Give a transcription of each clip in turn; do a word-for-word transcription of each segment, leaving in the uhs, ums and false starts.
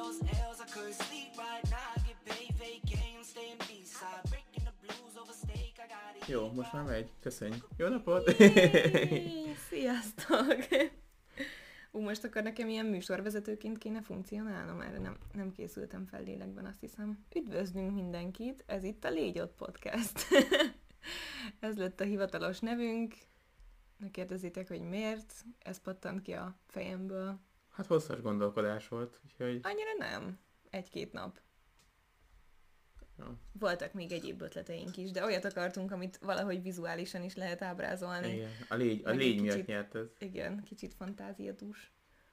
those L's, I couldn't sleep right now. I get paid, vacay, I'm staying B-side. Breaking the blues over steak, I got it. Jó, most már megy. Köszönjük. Jó napot! Yay! Sziasztok! Ú, most akkor nekem ilyen műsorvezetőként kéne funkcionálnom, erre nem, nem készültem fel lélekben, azt hiszem. Üdvözlünk mindenkit, ez itt a Légy Ott Podcast. Ez lett a hivatalos nevünk. Ne kérdezzétek, hogy miért, ez pattant ki a fejemből. Hát hosszas gondolkodás volt, úgyhogy... Annyira nem. Egy-két nap. Jó. Voltak még egyéb ötleteink is, de olyat akartunk, amit valahogy vizuálisan is lehet ábrázolni. Igen, a légy, a Meg légy egy miatt kicsit- nyert ez. Igen, kicsit fantáziadús.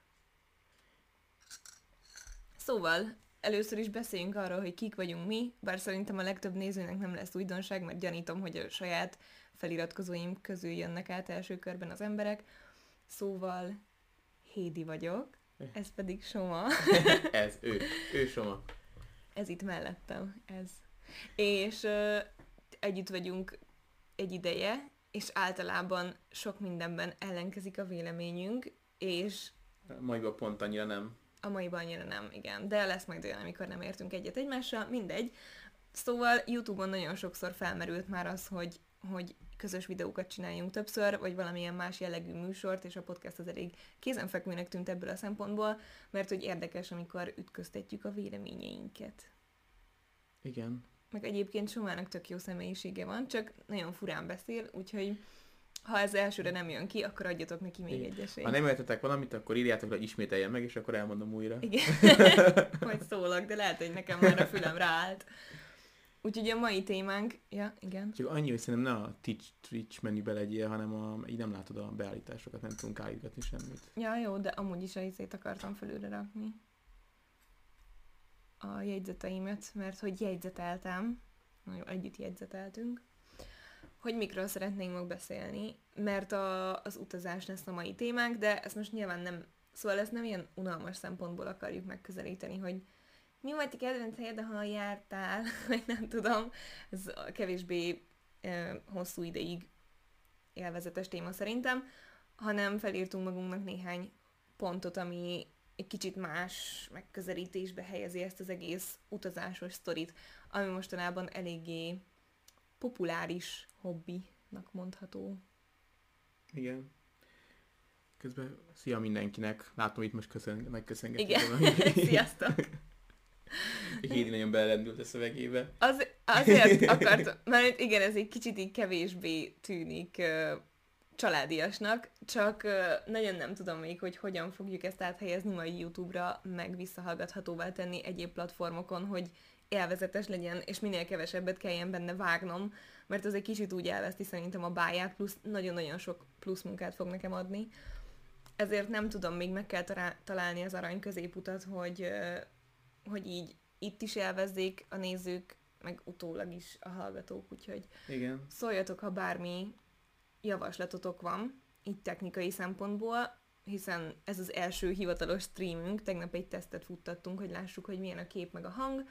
Szóval, először is beszéljünk arról, hogy kik vagyunk mi, bár szerintem a legtöbb nézőnek nem lesz újdonság, mert gyanítom, hogy a saját feliratkozóim közül jönnek át első körben az emberek. Szóval, Hédi vagyok, ez pedig Soma. Ez, ő, ő Soma. Ez itt mellettem, ez. És ö, együtt vagyunk egy ideje, és általában sok mindenben ellenkezik a véleményünk, és Magyarban pont annyira nem. a maiban annyira nem, igen. De lesz majd olyan, amikor nem értünk egyet egymással, mindegy. Szóval YouTube-on nagyon sokszor felmerült már az, hogy, hogy közös videókat csináljunk többször, vagy valamilyen más jellegű műsort, és a podcast az elég kézenfekvőnek tűnt ebből a szempontból, mert hogy érdekes, amikor ütköztetjük a véleményeinket. Igen. Meg egyébként Somának tök jó személyisége van, csak nagyon furán beszél, úgyhogy ha ez elsőre nem jön ki, akkor adjatok neki még egy esélyt. Ha nem értetek valamit, akkor írjátok le, ismételjen meg, és akkor elmondom újra. Igen, majd szólok, de lehet, hogy nekem már a fülem ráállt. Úgyhogy a mai témánk, ja, igen. Csak annyi, hogy szerintem ne a Twitch, Twitch menübe legyél, hanem a, így nem látod a beállításokat, nem tudunk állítgatni semmit. Ja, jó, de amúgy is a izét akartam fölülre rakni. A jegyzeteimet, mert hogy jegyzeteltem, na jó, együtt jegyzeteltünk, hogy mikről szeretnénk meg beszélni, mert a, az utazás lesz a mai témánk, de ezt most nyilván nem, szóval ezt nem ilyen unalmas szempontból akarjuk megközelíteni, hogy mi volt a kedvenc helyed, ahol jártál, vagy nem tudom, ez a kevésbé e, hosszú ideig élvezetes téma szerintem, hanem felírtunk magunknak néhány pontot, ami egy kicsit más megközelítésbe helyezi ezt az egész utazásos sztorit, ami mostanában eléggé populáris hobbinak mondható. Igen. Közben szia mindenkinek. Látom, itt most köszön, megköszöngetjük. Igen, sziasztok! Hédi nagyon belendült a szövegébe. Az, azért akartam, mert igen, ez egy kicsit így kevésbé tűnik uh, családiasnak, csak uh, nagyon nem tudom még, hogy hogyan fogjuk ezt áthelyezni majd YouTube-ra, meg visszahallgathatóvá tenni egyéb platformokon, hogy élvezetes legyen, és minél kevesebbet kelljen benne vágnom, mert az egy kicsit úgy elveszti szerintem a báját, plusz nagyon-nagyon sok plusz munkát fog nekem adni. Ezért nem tudom, még meg kell talál- találni az arany középutat, hogy, uh, hogy így itt is élvezzék a nézők, meg utólag is a hallgatók, úgyhogy Igen. szóljatok, ha bármi javaslatotok van, így technikai szempontból, hiszen ez az első hivatalos streamünk, tegnap egy tesztet futtattunk, hogy lássuk, hogy milyen a kép meg a hang.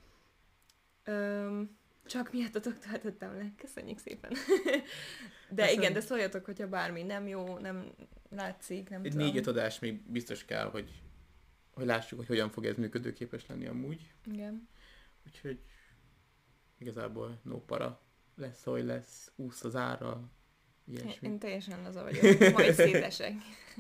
Öm, csak miattatok töltöttem le, köszönjük szépen. De Köszön. igen, de szóljatok, hogyha bármi nem jó, nem látszik, nem Egy tudom. négy-öt adás még biztos kell, hogy, hogy lássuk, hogy hogyan fog ez működőképes lenni amúgy. Igen. Úgyhogy igazából no para. Lesz, hogy lesz, úsz az ára, ilyesmi. Én teljesen laza vagyok, majd szétesek.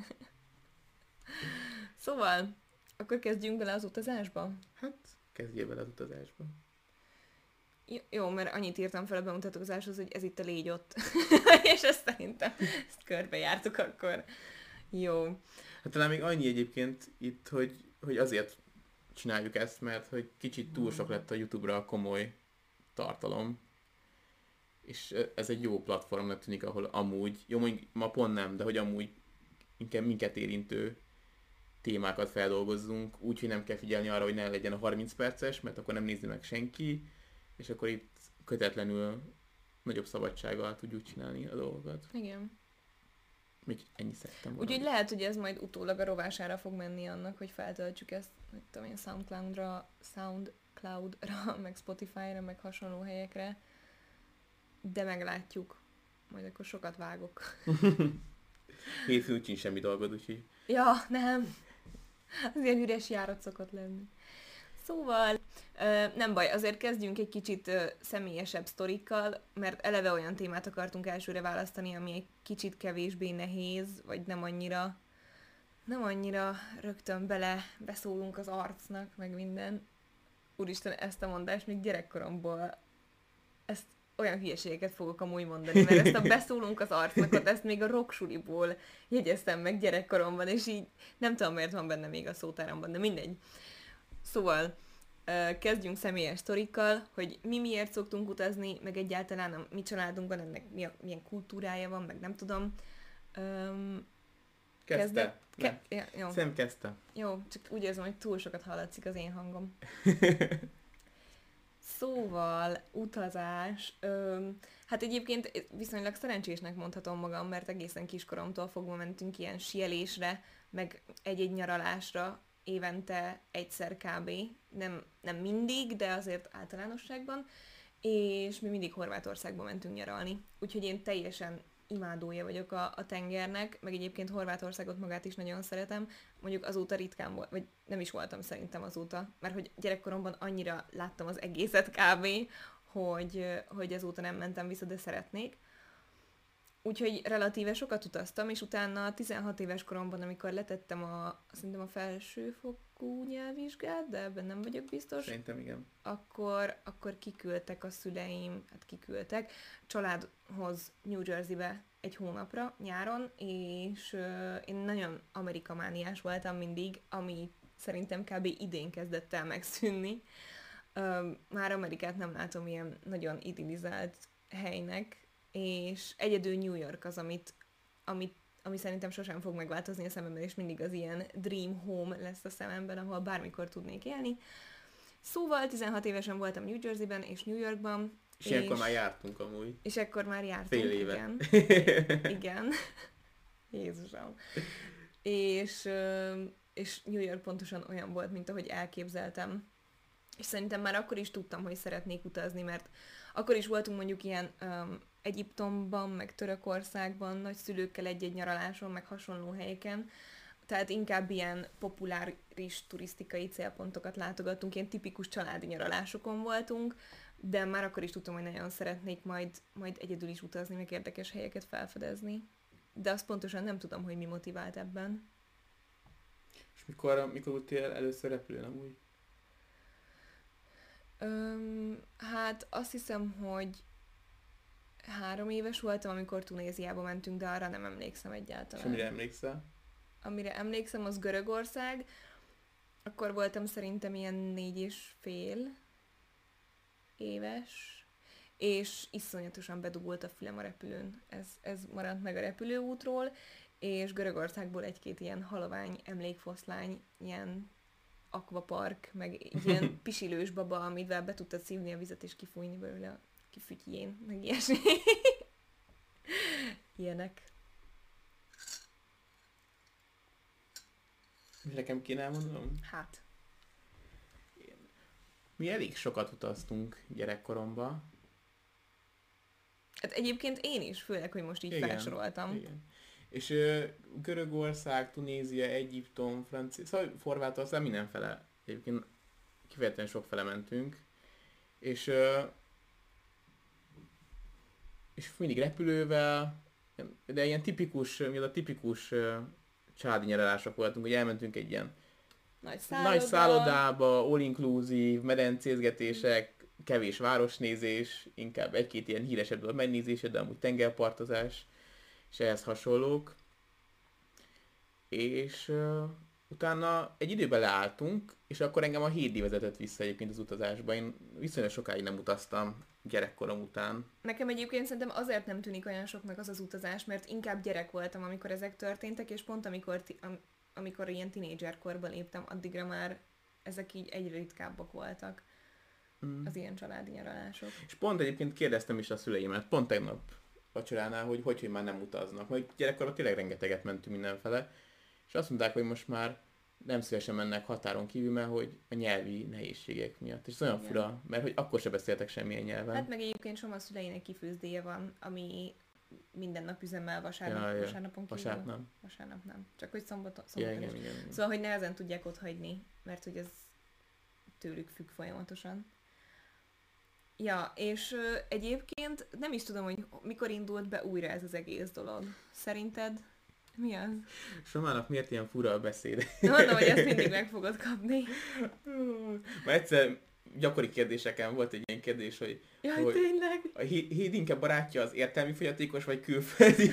Szóval, akkor kezdjünk bele az utazásba. Hát, kezdjél bele az utazásba. J- Jó, mert annyit írtam fel a bemutatkozáshoz, hogy ez itt a Légy Ott. És ezt szerintem ezt körbejártuk akkor. Jó. Hát talán még annyi egyébként itt, hogy, hogy azért csináljuk ezt, mert hogy kicsit túl sok lett a YouTube-ra a komoly tartalom. És ez egy jó platformnak tűnik, ahol amúgy, jó mondjuk ma pont nem, de hogy amúgy inkább minket érintő témákat feldolgozzunk, úgyhogy nem kell figyelni arra, hogy ne legyen a harminc perces, mert akkor nem nézni meg senki, és akkor itt kötetlenül nagyobb szabadsággal tudjuk csinálni a dolgokat. Igen. Még ennyi szerettem volna. Úgyhogy lehet, hogy ez majd utólag a rovására fog menni annak, hogy feltöltjük ezt, hogy tudom én, Soundcloud-ra, Soundcloud-ra, meg Spotify-ra, meg hasonló helyekre. De meglátjuk. Majd akkor sokat vágok. Hétfőn úgy sincs semmi dolgod, úgyhogy... Ja, nem. Az ilyen üres járat szokott lenni. Szóval, ö, nem baj, azért kezdjünk egy kicsit ö, személyesebb sztorikkal, mert eleve olyan témát akartunk elsőre választani, ami egy kicsit kevésbé nehéz, vagy nem annyira, nem annyira rögtön bele beszólunk az arcnak, meg minden. Úristen, ezt a mondást még gyerekkoromból, ezt olyan hülyeségeket fogok amúgy mondani, mert ezt a beszólunk az arcnakot, ezt még a rocksuliból jegyeztem meg gyerekkoromban, és így nem tudom, miért van benne még a szótáramban, de mindegy. Szóval kezdjünk személyes sztorikkal, hogy mi miért szoktunk utazni, meg egyáltalán a mi családunkban ennek mi a, milyen kultúrája van, meg nem tudom. Um, Kezdte? Ke- ja, jó. Szem kezdte. Jó, csak úgy érzem, hogy túl sokat hallatszik az én hangom. Szóval, utazás. Öm, hát egyébként viszonylag szerencsésnek mondhatom magam, mert egészen kiskoromtól fogva mentünk ilyen sielésre, meg egy-egy nyaralásra, évente egyszer kb. Nem, nem mindig, de azért általánosságban. És mi mindig Horvátországba mentünk nyaralni. Úgyhogy én teljesen imádója vagyok a, a tengernek, meg egyébként Horvátországot magát is nagyon szeretem. Mondjuk azóta ritkán volt, vagy nem is voltam szerintem azóta, mert hogy gyerekkoromban annyira láttam az egészet kb., hogy, hogy azóta nem mentem vissza, de szeretnék. Úgyhogy relatíve sokat utaztam, és utána tizenhat éves koromban, amikor letettem a, szerintem a felsőfokú nyelvvizsgát, de ebben nem vagyok biztos. Szerintem igen. Akkor, akkor kiküldtek a szüleim, hát kiküldtek családhoz New Jerseybe egy hónapra nyáron, és uh, én nagyon amerikamániás voltam mindig, ami szerintem kb. Idén kezdett el megszűnni. Uh, már Amerikát nem látom ilyen nagyon idillizált helynek, és egyedül New York az, amit, amit, ami szerintem sosem fog megváltozni a szememben, és mindig az ilyen dream home lesz a szememben, ahol bármikor tudnék élni. Szóval tizenhat évesen voltam New Jerseyben és New Yorkban. És, és ilyenkor már jártunk amúgy. És ekkor már jártunk, Fél éve. igen. Igen. Jézusom. És, és New York pontosan olyan volt, mint ahogy elképzeltem. És szerintem már akkor is tudtam, hogy szeretnék utazni, mert akkor is voltunk mondjuk ilyen um, Egyiptomban, meg Törökországban, nagyszülőkkel egy-egy nyaraláson, meg hasonló helyeken. Tehát inkább ilyen populáris turisztikai célpontokat látogattunk, ilyen tipikus családi nyaralásokon voltunk, de már akkor is tudtam, hogy nagyon szeretnék majd, majd egyedül is utazni, meg érdekes helyeket felfedezni. De azt pontosan nem tudom, hogy mi motivált ebben. És mikor, mikor voltál először repülőn amúgy? Öm, hát azt hiszem, hogy három éves voltam, amikor Tunéziába mentünk, de arra nem emlékszem egyáltalán. És amire emlékszel? Amire emlékszem, az Görögország. Akkor voltam szerintem ilyen négy és fél éves, és iszonyatosan bedugult a fülem a repülőn. Ez, ez maradt meg a repülőútról, és Görögországból egy-két ilyen halovány emlékfoszlány, ilyen akvapark, meg ilyen pisilős baba, amivel be tudtad szívni a vizet és kifújni belőle a kifütyjén, meg ilyesmi. Ilyenek. És nekem kéne elmondanom? Hát. Mi elég sokat utaztunk gyerekkoromban. Hát egyébként én is, főleg, hogy most így Igen, felsoroltam. Igen. És uh, Görögország, Tunézia, Egyiptom, Francia, szóval Horvátország mindenfele. Egyébként kifejezetten sok fele mentünk. És, uh, és mindig repülővel, de ilyen tipikus, mi az a tipikus uh, családi nyaralások voltunk, hogy elmentünk egy ilyen Nagy szálloda. nagy szállodába, all-inclusive, medencézgetések, kevés városnézés, inkább egy-két ilyen híresebb dolog megnézése, de amúgy tengerpartozás, és ehhez hasonlók. És uh, utána egy időben leálltunk, és akkor engem a híd vezetett vissza egyébként az utazásba. Én viszonylag sokáig nem utaztam gyerekkorom után. Nekem egyébként szerintem azért nem tűnik olyan soknak az az utazás, mert inkább gyerek voltam, amikor ezek történtek, és pont amikor, ti, am, amikor ilyen tinédzserkorban léptem, addigra már ezek így egyre ritkábbak voltak. Mm. Az ilyen családi nyaralások. És pont egyébként kérdeztem is a szüleimet, pont tegnap vacsoránál, hogy hogy, hogy már nem utaznak. Majd gyerekkorban tényleg rengeteget mentünk mindenfele, és azt mondták, hogy most már nem szívesen mennek határon kívül, mert hogy a nyelvi nehézségek miatt. És ez olyan fura, mert hogy akkor se beszéltek semmilyen nyelven. Hát meg egyébként Soma szüleinek kifőzdéje van, ami minden nap üzemmel, vasárnap, Ja, ja. vasárnapon kívül. Vasárnap nem. Vasárnap nem. Csak hogy szombaton, Ja, szombaton igen, is. igen, igen. Szóval, hogy nehezen tudják ott hagyni, mert hogy ez tőlük függ folyamatosan. Ja, és ö, egyébként nem is tudom, hogy mikor indult be újra ez az egész dolog. Szerinted mi az? Somának miért ilyen fura a beszéd? Mondom, hogy ezt mindig meg fogod kapni. Mert egyszer gyakori kérdéseken volt egy ilyen kérdés, hogy Jaj, Hogy- tényleg? a Hé- Hédinke barátja az értelmi fogyatékos vagy külföldi?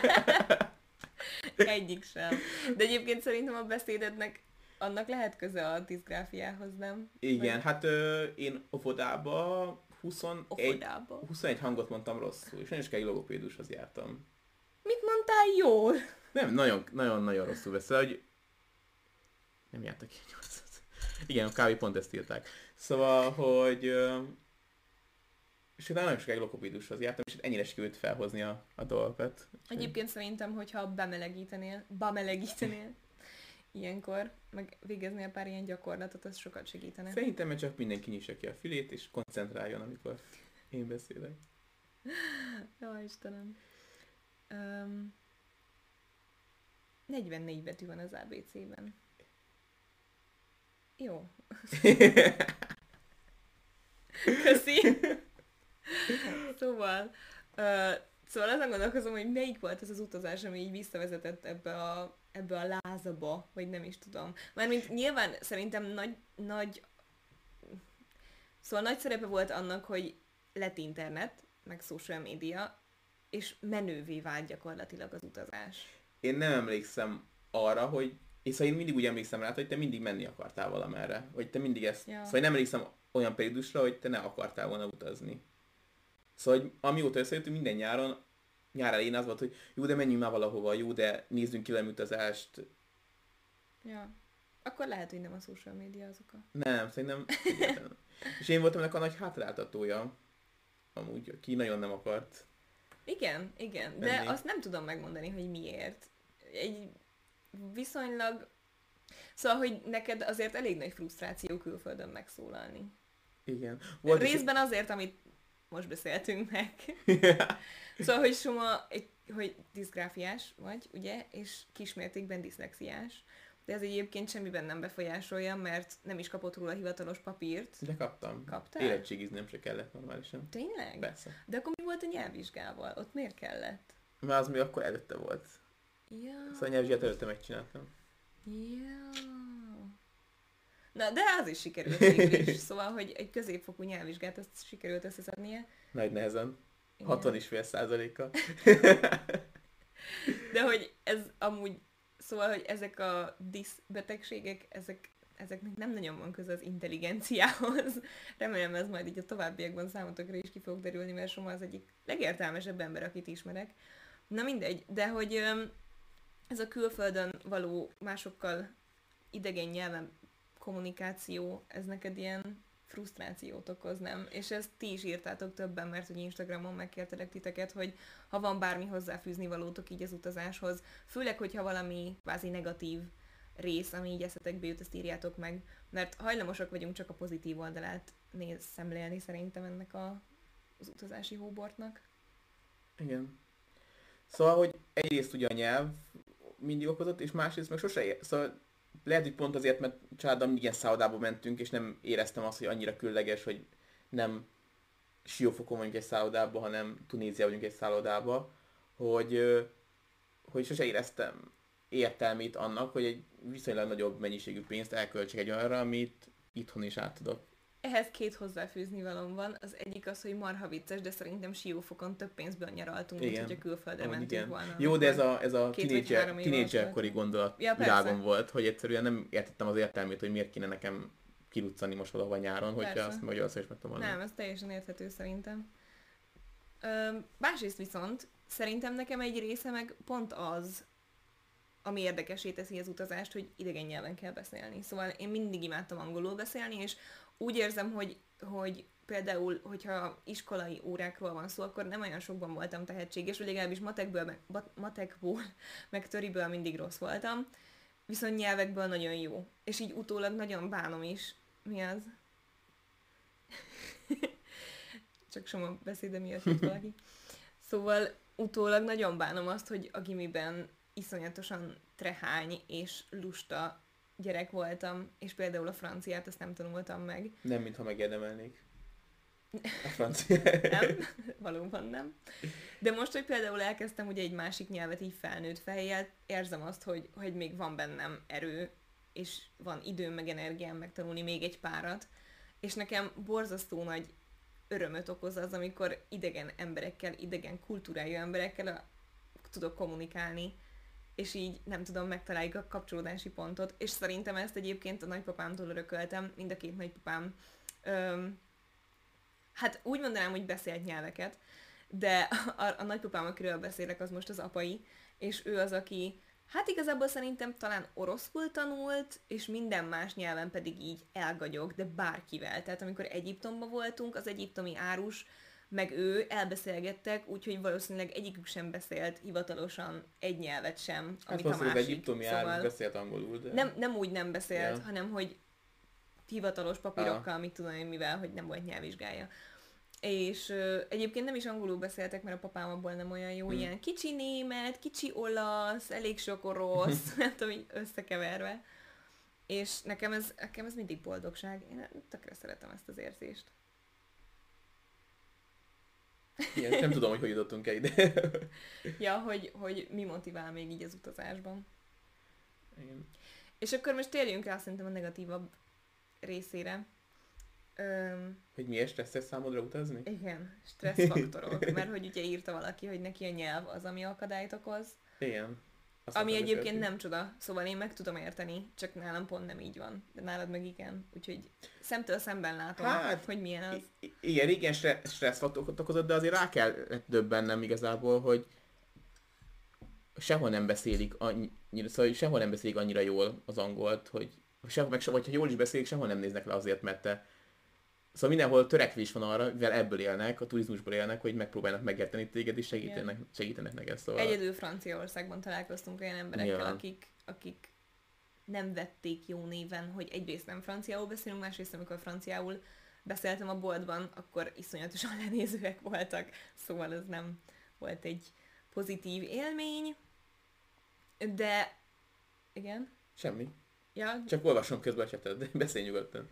Egyik sem. De egyébként szerintem a beszédednek annak lehet köze a diszgráfiához, nem? Igen, hát ö, én óvodába huszonegy, Ofodába. huszonegy hangot mondtam rosszul, és nem is kell egy logopédushoz jártam. Mit mondtál jól? Nem, nagyon, nagyon, nagyon rosszul beszél, hogy nem jártak ki nyolcat. Igen, kb. Pont ezt írták. Szóval, hogy ö, és utána nagyon sokáig logopédushoz jártam, és ennyire sikerült felhozni a, a dolgokat. Egyébként szerintem, hogyha bemelegítenél, bemelegítenél ilyenkor, meg végeznél pár ilyen gyakorlatot, az sokat segítene. Szerintem mert csak mindenki nyissa ki a fülét, és koncentráljon, amikor én beszélek. Jó, Istenem. Um, negyvennégy betű van az á bé cében. Jó. Köszi. Szóval, uh, szóval azon gondolkozom, hogy melyik volt ez az utazás, ami így visszavezetett ebbe a, ebbe a lázaba, vagy nem is tudom. Mármint nyilván szerintem nagy, nagy, szóval nagy szerepe volt annak, hogy lett internet, meg social media, és menővé vált gyakorlatilag az utazás. Én nem emlékszem arra, hogy és szóval én mindig úgy emlékszem rá, hogy te mindig menni akartál valamerre. Hogy te mindig ezt... Ja. Szóval én nem emlékszem olyan periódusra, hogy te ne akartál volna utazni. Szóval, hogy amióta összejöttünk minden nyáron, nyár elején az volt, hogy jó, de menjünk már valahova, jó, de nézzünk ki valami utazást. Ja. Akkor lehet, hogy nem a social media az oka. Nem, szerintem egyáltalán. És én voltam ennek a nagy hátráltatója. Amúgy, aki nagyon nem akart. Igen, igen, de Menni. azt nem tudom megmondani, hogy miért. Egy viszonylag... Szóval, hogy neked azért elég nagy frusztráció külföldön megszólalni. Igen. Volt is- Részben azért, amit most beszéltünk meg. Szóval, hogy Soma, egy, hogy diszgráfiás vagy, ugye, és kismértékben diszlexiás. De ez egyébként semmiben nem befolyásolja, mert nem is kapott róla hivatalos papírt. De kaptam. Kaptál? Érettségiznem se kellett normálisan. Tényleg? Persze. De akkor mi volt a nyelvvizsgával? Ott miért kellett? Mert az még akkor előtte volt. Ja. Szóval a nyelvvizsgát előtte megcsináltam. Ja. Na, de az is sikerült végül is. Szóval, hogy egy középfokú nyelvvizsgát ezt sikerült összeszednie. Nagy nehezen. Igen. hatvan és fél százaléka. De hogy ez amúgy, szóval, hogy ezek a diszbetegségek, ezek, ezeknek nem nagyon van köze az intelligenciához. Remélem ez majd így a továbbiakban számotokra is ki fog derülni, mert Soma az egyik legértelmesebb ember, akit ismerek. Na mindegy, de hogy öm, ez a külföldön való másokkal idegen nyelven kommunikáció, ez neked ilyen frusztrációt okoz, nem? És ezt ti is írtátok többen, mert hogy Instagramon megkértelek titeket, hogy ha van bármi hozzáfűzni valótok így az utazáshoz, főleg, hogyha valami kvázi negatív rész, ami így eszetekbe jut, ezt írjátok meg, mert hajlamosak vagyunk csak a pozitív oldalát néz, szemlélni szerintem ennek a, az utazási hóbortnak. Igen. Szóval, hogy egyrészt ugye a nyelv mindig okozott, és másrészt meg sose ér. Szóval lehet, hogy pont azért, mert családdal mindig ilyen szállodába mentünk, és nem éreztem azt, hogy annyira különleges, hogy nem Siófokon vagyunk egy szállodába, hanem Tunéziában vagyunk egy szállodába, hogy, ö, hogy sose éreztem értelmét annak, hogy egy viszonylag nagyobb mennyiségű pénzt elköltsek egy olyanra, amit itthon is át tudok. Ehhez két hozzáfűzni valóm van. Az egyik az, hogy marha vicces, de szerintem Siófokon több pénzből nyaraltunk, mint Igen. hogyha külföldre Amúgy mentünk igen. volna. Jó, de ez a, ez a Két vagy tínédzser, három év tínédzserkori alatt gondolat Ja, persze. világom volt, hogy egyszerűen nem értettem az értelmét, hogy miért kéne nekem kiruccani most valahova nyáron, hogyha Persze. azt Magyarországon is meg tudom mondani. Nem, ez teljesen érthető szerintem. Ö, másrészt viszont szerintem nekem egy része meg pont az, ami érdekessé teszi az utazást, hogy idegen nyelven kell beszélni. Szóval én mindig imádtam angolul beszélni, és úgy érzem, hogy, hogy például, hogyha iskolai órákról van szó, akkor nem olyan sokban voltam tehetséges, vagy legalábbis matekből, meg, bat- matekból, meg töriből mindig rossz voltam, viszont nyelvekből nagyon jó. És így utólag nagyon bánom is. Mi az? Csak Soma beszéde miatt jött valaki. Szóval utólag nagyon bánom azt, hogy a gimiben iszonyatosan trehány és lusta gyerek voltam, és például a franciát azt nem tanultam meg. Nem, mintha megérdemelnék. A francia. Nem, valóban nem. De most, hogy például elkezdtem ugye egy másik nyelvet így felnőtt fejjel, érzem azt, hogy, hogy még van bennem erő, és van időm meg energiám megtanulni még egy párat, és nekem borzasztó nagy örömöt okoz az, amikor idegen emberekkel, idegen kultúrájú emberekkel a, tudok kommunikálni, és így nem tudom, megtaláljuk a kapcsolódási pontot, és szerintem ezt egyébként a nagypapámtól örököltem, mind a két nagypapám öm, hát úgy mondanám, hogy beszélt nyelveket, de a, a nagypapám, akiről beszélek, az most az apai, és ő az, aki hát igazából szerintem talán oroszul tanult, és minden más nyelven pedig így elgagyog, de bárkivel. Tehát amikor Egyiptomban voltunk, az egyiptomi árus, meg ő elbeszélgettek, úgyhogy valószínűleg egyikük sem beszélt hivatalosan egy nyelvet sem, Hát amit a másik. Az egyiptomi szóval árus beszélt angolul, de... Nem, nem úgy nem beszélt, ja. hanem hogy hivatalos papírokkal, ah. mit tudom én mivel, hogy nem volt nyelvvizsgája. És ö, egyébként nem is angolul beszéltek, mert a papám abból nem olyan jó, hmm. ilyen kicsi német, kicsi olasz, elég sok orosz, nem tudom, így összekeverve. És nekem ez, nekem ez mindig boldogság. Én tökre szeretem ezt az érzést. Igen, nem tudom, hogy hogy jutottunk el ide. Ja, hogy, hogy mi motivál még így az utazásban. Igen. És akkor most térjünk rá szerintem a negatívabb részére. Öm, hogy miért stresszes számodra utazni? Igen, stresszfaktorok, mert hogy ugye írta valaki, hogy neki a nyelv az, ami akadályt okoz. Igen. Azt ami egyébként beszélni. Nem csoda, szóval én meg tudom érteni, csak nálam pont nem így van, de nálad meg igen, úgyhogy szemtől szemben látom, hát, hogy milyen az. I- igen, igen, stresszfaktorokat okozott, de azért rá kell döbbennem igazából, hogy sehol nem beszélik annyira, szóval sehol nem beszélik annyira jól az angolt, hogy sehol, meg, vagy ha jól is beszélik, sehol nem néznek le azért, mert te szóval mindenhol törekvés van arra, mivel ebből élnek, a turizmusból élnek, hogy megpróbálnak megérteni téged, és segítenek, segítenek neked. Szóval... Egyedül Franciaországban találkoztunk olyan emberekkel, ja. akik, akik nem vették jó néven, hogy egyrészt nem franciául beszélünk, másrészt amikor franciául beszéltem a boltban, akkor iszonyatosan lenézőek voltak, szóval ez nem volt egy pozitív élmény, de igen. Semmi. Ja. Csak olvasom közben a csetet, de beszélj nyugodtan.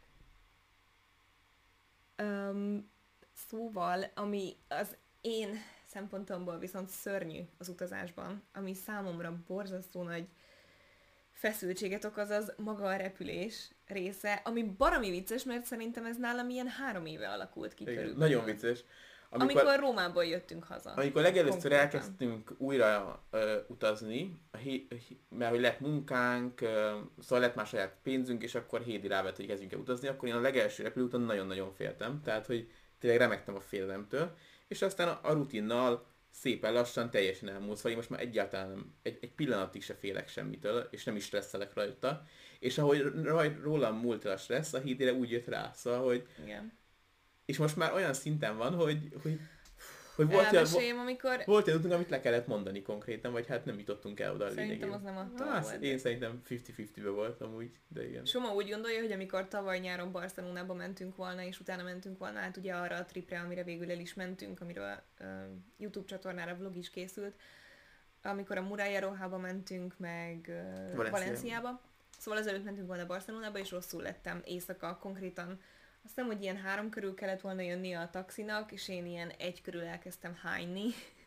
Um, szóval, ami az én szempontomból viszont szörnyű az utazásban, ami számomra borzasztó nagy feszültséget okoz, az maga a repülés része, ami baromi vicces, mert szerintem ez nálam ilyen három éve alakult ki. Igen, nagyon vicces. Amikor, amikor Rómából jöttünk haza. Amikor legelőször konkrétan elkezdtünk újra uh, utazni, a hé, mert hogy lett munkánk, uh, szóval lett már saját pénzünk, és akkor Hédi rávett, hogy kezdjünk el utazni, akkor én a legelső repülőúton nagyon-nagyon féltem, tehát hogy tényleg remegtem a félelemtől, és aztán a, a rutinnal szépen lassan teljesen elmúlt, szóval én most már egyáltalán nem, egy, egy pillanatig se félek semmitől, és nem is stresszelek rajta, és ahogy raj, rólam múlt el a stressz, a Hédire úgy jött rá, szóval, hogy igen. És most már olyan szinten van, hogy, hogy, hogy volt, olyan, amikor... volt olyan utunk, amit le kellett mondani konkrétan, vagy hát nem jutottunk el oda a lényegén. Szerintem az nem attól ah, volt. Én szerintem fifty-fifty-ben voltam úgy, de igen. Soma úgy gondolja, hogy amikor tavaly nyáron Barcelonába mentünk volna, és utána mentünk volna át ugye arra a tripre, amire végül el is mentünk, amiről uh, YouTube csatornára vlog is készült, amikor a Muralla Rojába mentünk, meg uh, Valenciába. Valenciába. Szóval azelőtt mentünk volna Barcelonába, és rosszul lettem éjszaka konkrétan. Azt hiszem, hogy ilyen három körül kellett volna jönni a taxinak, és én ilyen egy körül elkezdtem hányni.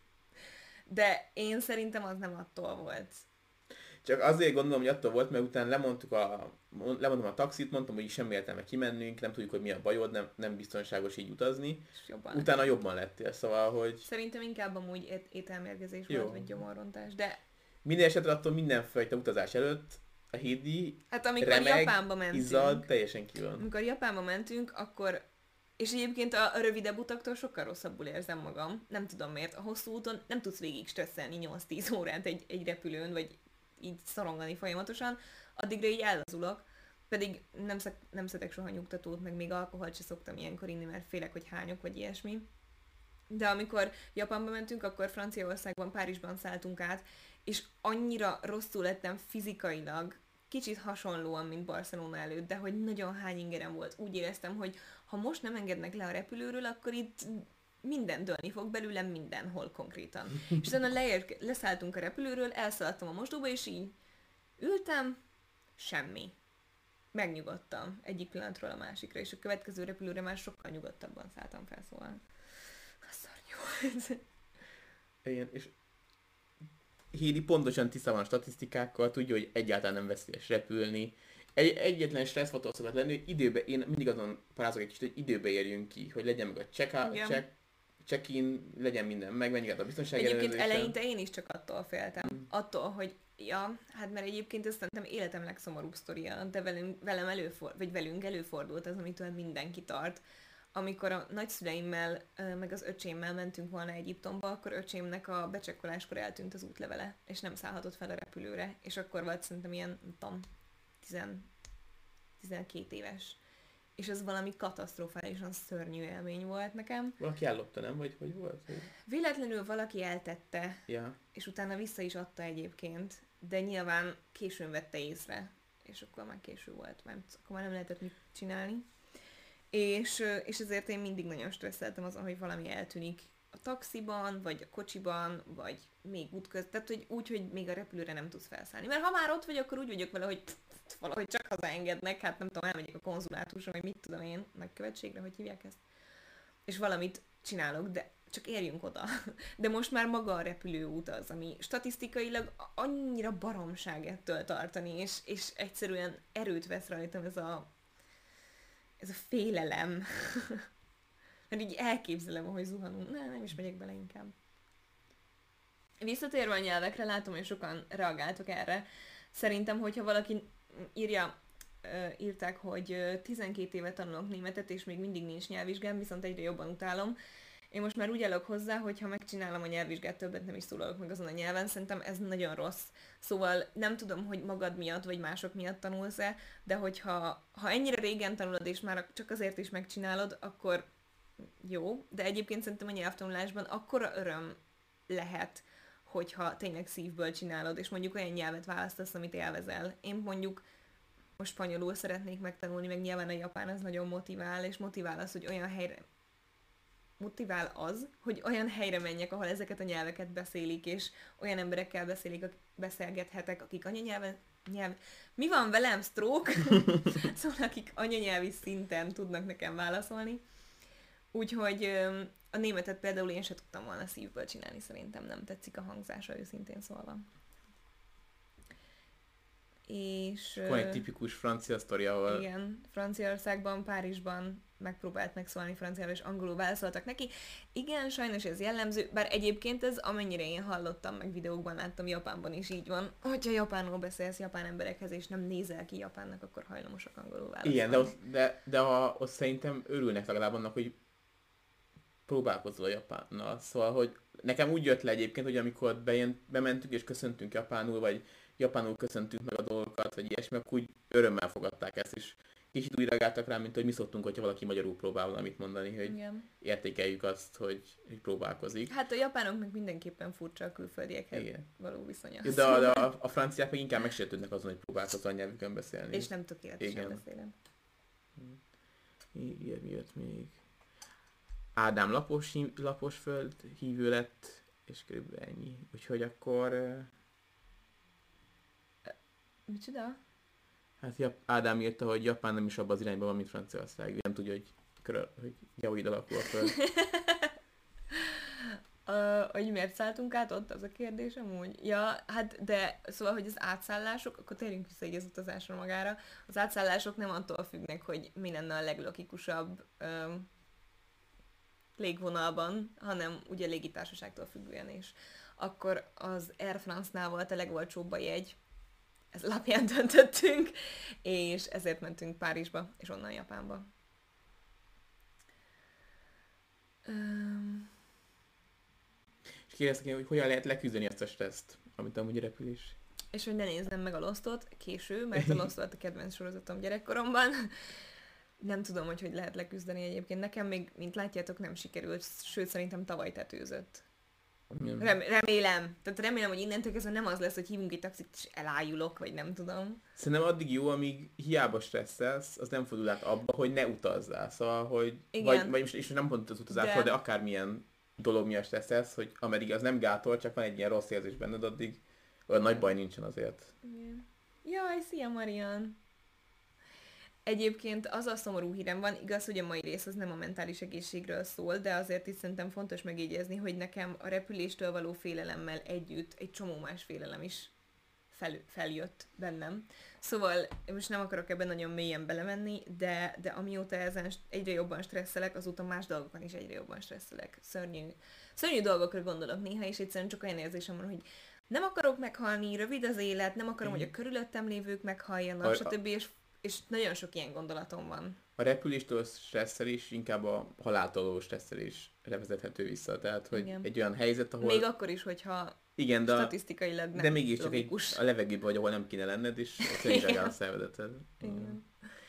De én szerintem az nem attól volt. Csak azért gondolom, hogy attól volt, mert utána lemondtuk a, lemondtam a taxit, mondtam, hogy semmi értelme kimennünk, nem tudjuk, hogy mi a bajod, nem, nem biztonságos így utazni. Jobban utána lett. Jobban lettél, szóval, hogy... Szerintem inkább amúgy ét- ételmérgezés Jó. volt, vagy gyomorrontás, de... Minden esetre attól mindenfajta utazás előtt a Hédi hát amikor remeg, Japánba mentünk, izzad, teljesen ki van. Amikor Japánba mentünk, akkor... És egyébként a rövidebb utaktól sokkal rosszabbul érzem magam. Nem tudom miért. A hosszú úton nem tudsz végig stresszelni nyolc-tíz órát egy, egy repülőn, vagy így szorongani folyamatosan. Addigra így ellazulok. Pedig nem, szek, nem szedek soha nyugtatót, meg még alkoholt se szoktam ilyenkor inni, mert félek, hogy hányok, vagy ilyesmi. De amikor Japánba mentünk, akkor Franciaországban, Párizsban szálltunk át, és annyira rosszul lettem fizikailag, kicsit hasonlóan, mint Barcelona előtt, de hogy nagyon hány ingerem volt. Úgy éreztem, hogy ha most nem engednek le a repülőről, akkor itt minden dőlni fog belőlem mindenhol konkrétan. És utána leér, leszálltunk a repülőről, elszaladtam a mosdóba, és így ültem, semmi. Megnyugodtam egyik pillanatról a másikra, és a következő repülőre már sokkal nyugodtabban szálltam fel, szóval szörnyű volt. Igen, és Hédi pontosan tisztában a statisztikákkal, tudja, hogy egyáltalán nem veszélyes repülni. Egy, egyetlen stresszfotó szokott lenni, hogy időbe, én mindig azon parázok egy kicsit, hogy időbe érjünk ki, hogy legyen meg a check-out, check, check-in, legyen minden meg, menjünk át a biztonsági Egyébként ellenőrzésen. eleinte én is csak attól féltem. Mm. Attól, hogy ja, hát mert egyébként ez szerintem életem legszomorúbb sztoria, de velünk, velem előfordult, vagy velünk előfordult az, amitől mindenki tart. Amikor a nagyszüleimmel, meg az öcsémmel mentünk volna Egyiptomba, akkor öcsémnek a becsekkoláskor eltűnt az útlevele, és nem szállhatott fel a repülőre, és akkor volt szerintem ilyen, nem tudom, tizenkét éves. És ez valami katasztrofálisan szörnyű élmény volt nekem. Valaki ellopta, nem? Vagy hogy volt? Véletlenül valaki eltette, ja. És utána vissza is adta egyébként, de nyilván későn vette észre, és akkor már késő volt, mert akkor már nem lehetett mit csinálni. És, és ezért én mindig nagyon stresszeltem azon, hogy valami eltűnik a taxiban, vagy a kocsiban, vagy még útköz, tehát hogy úgy, hogy még a repülőre nem tudsz felszállni. Mert ha már ott vagy, akkor úgy vagyok vele, hogy pff, valahogy csak hazaengednek, hát nem tudom, elmegyek a konzulátusra, vagy mit tudom én, nagykövetségre, hogy hívják ezt. És valamit csinálok, de csak érjünk oda. De most már maga a repülőút az, ami statisztikailag annyira baromság ettől tartani, és, és egyszerűen erőt vesz rajtam ez a ez a félelem. Mert így elképzelem, ahogy zuhanunk. Nem, nem is megyek bele inkább. Visszatérve a nyelvekre, látom, hogy sokan reagáltok erre. Szerintem, hogyha valaki írja, írták, hogy tizenkét éve tanulok németet, és még mindig nincs nyelvvizsgám, viszont egyre jobban utálom. Én most már úgy állok hozzá, hogy ha megcsinálom a nyelvvizsgát, többet nem is szólalok meg azon a nyelven, szerintem ez nagyon rossz. Szóval nem tudom, hogy magad miatt, vagy mások miatt tanulsz-e, de hogyha ha ennyire régen tanulod, és már csak azért is megcsinálod, akkor jó. De egyébként szerintem a nyelvtanulásban akkora öröm lehet, hogyha tényleg szívből csinálod, és mondjuk olyan nyelvet választasz, amit élvezel. Én mondjuk most spanyolul szeretnék megtanulni, meg nyilván a japán az nagyon motivál, és motivál az, hogy olyan helyre motivál az, hogy olyan helyre menjek, ahol ezeket a nyelveket beszélik, és olyan emberekkel beszélik, akik beszélgethetek, akik anyanyelven, nyelv... Mi van velem, stroke? Szóval akik anyanyelvi szinten tudnak nekem válaszolni. Úgyhogy a németet például én se tudtam volna szívből csinálni, szerintem nem tetszik a hangzása, őszintén szólva. És... Van egy tipikus francia sztori, ahol... Igen, Franciaországban, Párizsban megpróbált megszólni franciául, és angolul válaszoltak neki. Igen, sajnos ez jellemző, bár egyébként ez, amennyire én hallottam, meg videókban láttam, Japánban is így van. Hogyha japánul beszélsz japán emberekhez, és nem nézel ki japánnak, akkor hajlamosak angolul válaszolni. Igen, de, ott, de, de ha, ott szerintem örülnek legalább annak, hogy próbálkozol a japánnal. Szóval, hogy nekem úgy jött le egyébként, hogy amikor bejön, bementünk és köszöntünk japánul, vagy japánul köszöntünk meg a dolgokat, vagy ilyesmi, akkor úgy örömmel fogadták ezt, és kicsit úgy reagáltak rá, mint hogy mi szoktunk, hogyha valaki magyarul próbál valamit mondani, hogy igen, értékeljük azt, hogy, hogy próbálkozik. Hát a japánoknak mindenképpen furcsa a külföldiekhez igen, való viszonya. De, de, de a, a franciák meg inkább megsértődnek azon, hogy próbálkozol a nyelvükön beszélni. És nem tökéletesen beszélem. Mi jött még? Ádám lapos, lapos föld hívő lett, és körülbelül ennyi. Úgyhogy akkor... Micsoda? Hát Ádám írta, hogy Japán nem is abban az irányban van, mint Franciaország. Ő nem tudja, hogy, körül, hogy Jaoid alakul a föld. uh, hogy miért szálltunk át ott, az a kérdés amúgy? Ja, hát de szóval, hogy az átszállások, akkor térjünk vissza így az utazásra magára. Az átszállások nem attól függnek, hogy mi lenne a leglogikusabb um, légvonalban, hanem ugye légitársaságtól függően is. Akkor az Air France-nál volt a legolcsóbb a jegy, ez alapján döntöttünk, és ezért mentünk Párizsba, és onnan Japánba. Um... És kérdeztek én, hogy hogyan lehet leküzdeni ezt a stresszt, amit amúgy repülés. És hogy ne nézzem meg a Lost-ot késő, mert a Lost volt a kedvenc sorozatom gyerekkoromban. Nem tudom, hogy hogy lehet leküzdeni egyébként. Nekem még, mint látjátok, nem sikerült, sőt szerintem tavaly tetőzött. Rem- remélem. Tehát remélem, hogy innentől kezdve nem az lesz, hogy hívunk egy taxit, és elájulok, vagy nem tudom. Szerintem addig jó, amíg hiába stresszelsz, az nem fordul át abba, hogy ne utazzál. Szóval, hogy... Igen. Vagy, vagy most és nem pont az utazásról, de... De- de akármilyen dolog miatt stresszelsz, hogy ameddig az nem gátol, csak van egy ilyen rossz érzés benned, addig olyan nagy baj nincsen azért. Igen. Jaj, szia Marian! Egyébként az a szomorú hírem van, igaz, hogy a mai rész az nem a mentális egészségről szól, de azért is szerintem fontos megjegyezni, hogy nekem a repüléstől való félelemmel együtt egy csomó más félelem is fel, feljött bennem. Szóval én most nem akarok ebben nagyon mélyen belemenni, de, de amióta ezen egyre jobban stresszelek, azóta más dolgokon is egyre jobban stresszelek. Szörnyű, szörnyű dolgokra gondolok néha, és egyszerűen csak olyan érzésem van, hogy nem akarok meghalni, rövid az élet, nem akarom, hogy a körülöttem lévők meghaljanak, A- stb. És, és nagyon sok ilyen gondolatom van. A repüléstől stresszelés inkább a haláltól való stresszelésre vezethető vissza. Tehát, hogy Igen. egy olyan helyzet, ahol... Még akkor is, hogyha igen, de, a, statisztikailag nem de mégis csak egy, logikus. a levegőben vagy, ahol nem kéne lenned, és egyszerűen reagál a szervezeted. Igen.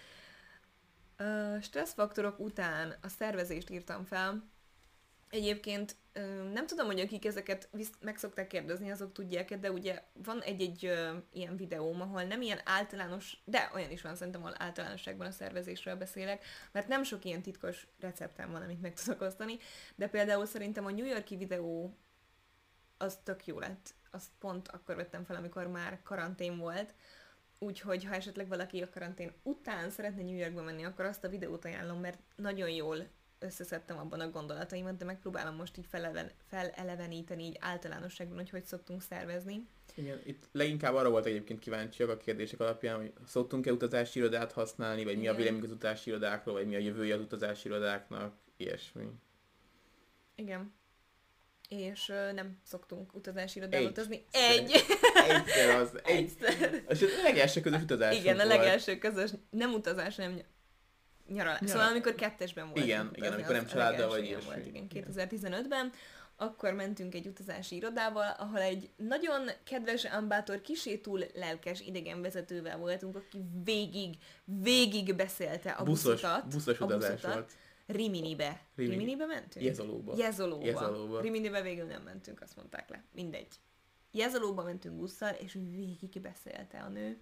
Uh, stresszfaktorok után a szervezést írtam fel. Egyébként uh, nem tudom, hogy akik ezeket visz- meg szokták kérdezni, azok tudják, de ugye van egy-egy uh, ilyen videóm, ahol nem ilyen általános, de olyan is van szerintem, ahol általánosságban a szervezésről beszélek, mert nem sok ilyen titkos receptem van, amit meg tudok osztani, de például szerintem a New York-i videó az tök jó lett. Azt pont akkor vettem fel, amikor már karantén volt. Úgyhogy ha esetleg valaki a karantén után szeretne New Yorkba menni, akkor azt a videót ajánlom, mert nagyon jól összeszedtem abban a gondolataimat, de megpróbálom most így feleleven, feleleveníteni így általánosságban, hogy hogy szoktunk szervezni. Igen, itt leginkább arra volt egyébként kíváncsiak a kérdések alapján, hogy szoktunk-e utazási irodát használni, vagy mi a Igen. véleményünk az utazási irodákról, vagy mi a jövője az utazási irodáknak, ilyesmi. Igen. És ö, nem szoktunk utazási irodába Egy. utazni. Egy! Egyszer az, egy, Egyszer. az a legelső közös utazásunk Igen, a volt. legelső közös, nem utazás, nem ny- nyaralás. Nyaralás. Szóval amikor kettesben voltunk Igen, utazni, igen, amikor az nem a családdal legelső vagy ilyen ilyesmi. volt, igen, kétezer-tizenötben. Akkor mentünk egy utazási irodával, ahol egy nagyon kedves, ambátor, kisé túl lelkes idegenvezetővel voltunk, aki végig, végig beszélte a Buszos, buszutat. buszos a utazás buszutat. volt. Riminibe. Rimini. Riminibe mentünk? Jezolóba. Jezolóba. Jezolóba. Riminibe végül nem mentünk, azt mondták le. Mindegy. Jezolóba mentünk busszal, és végig beszélte a nő.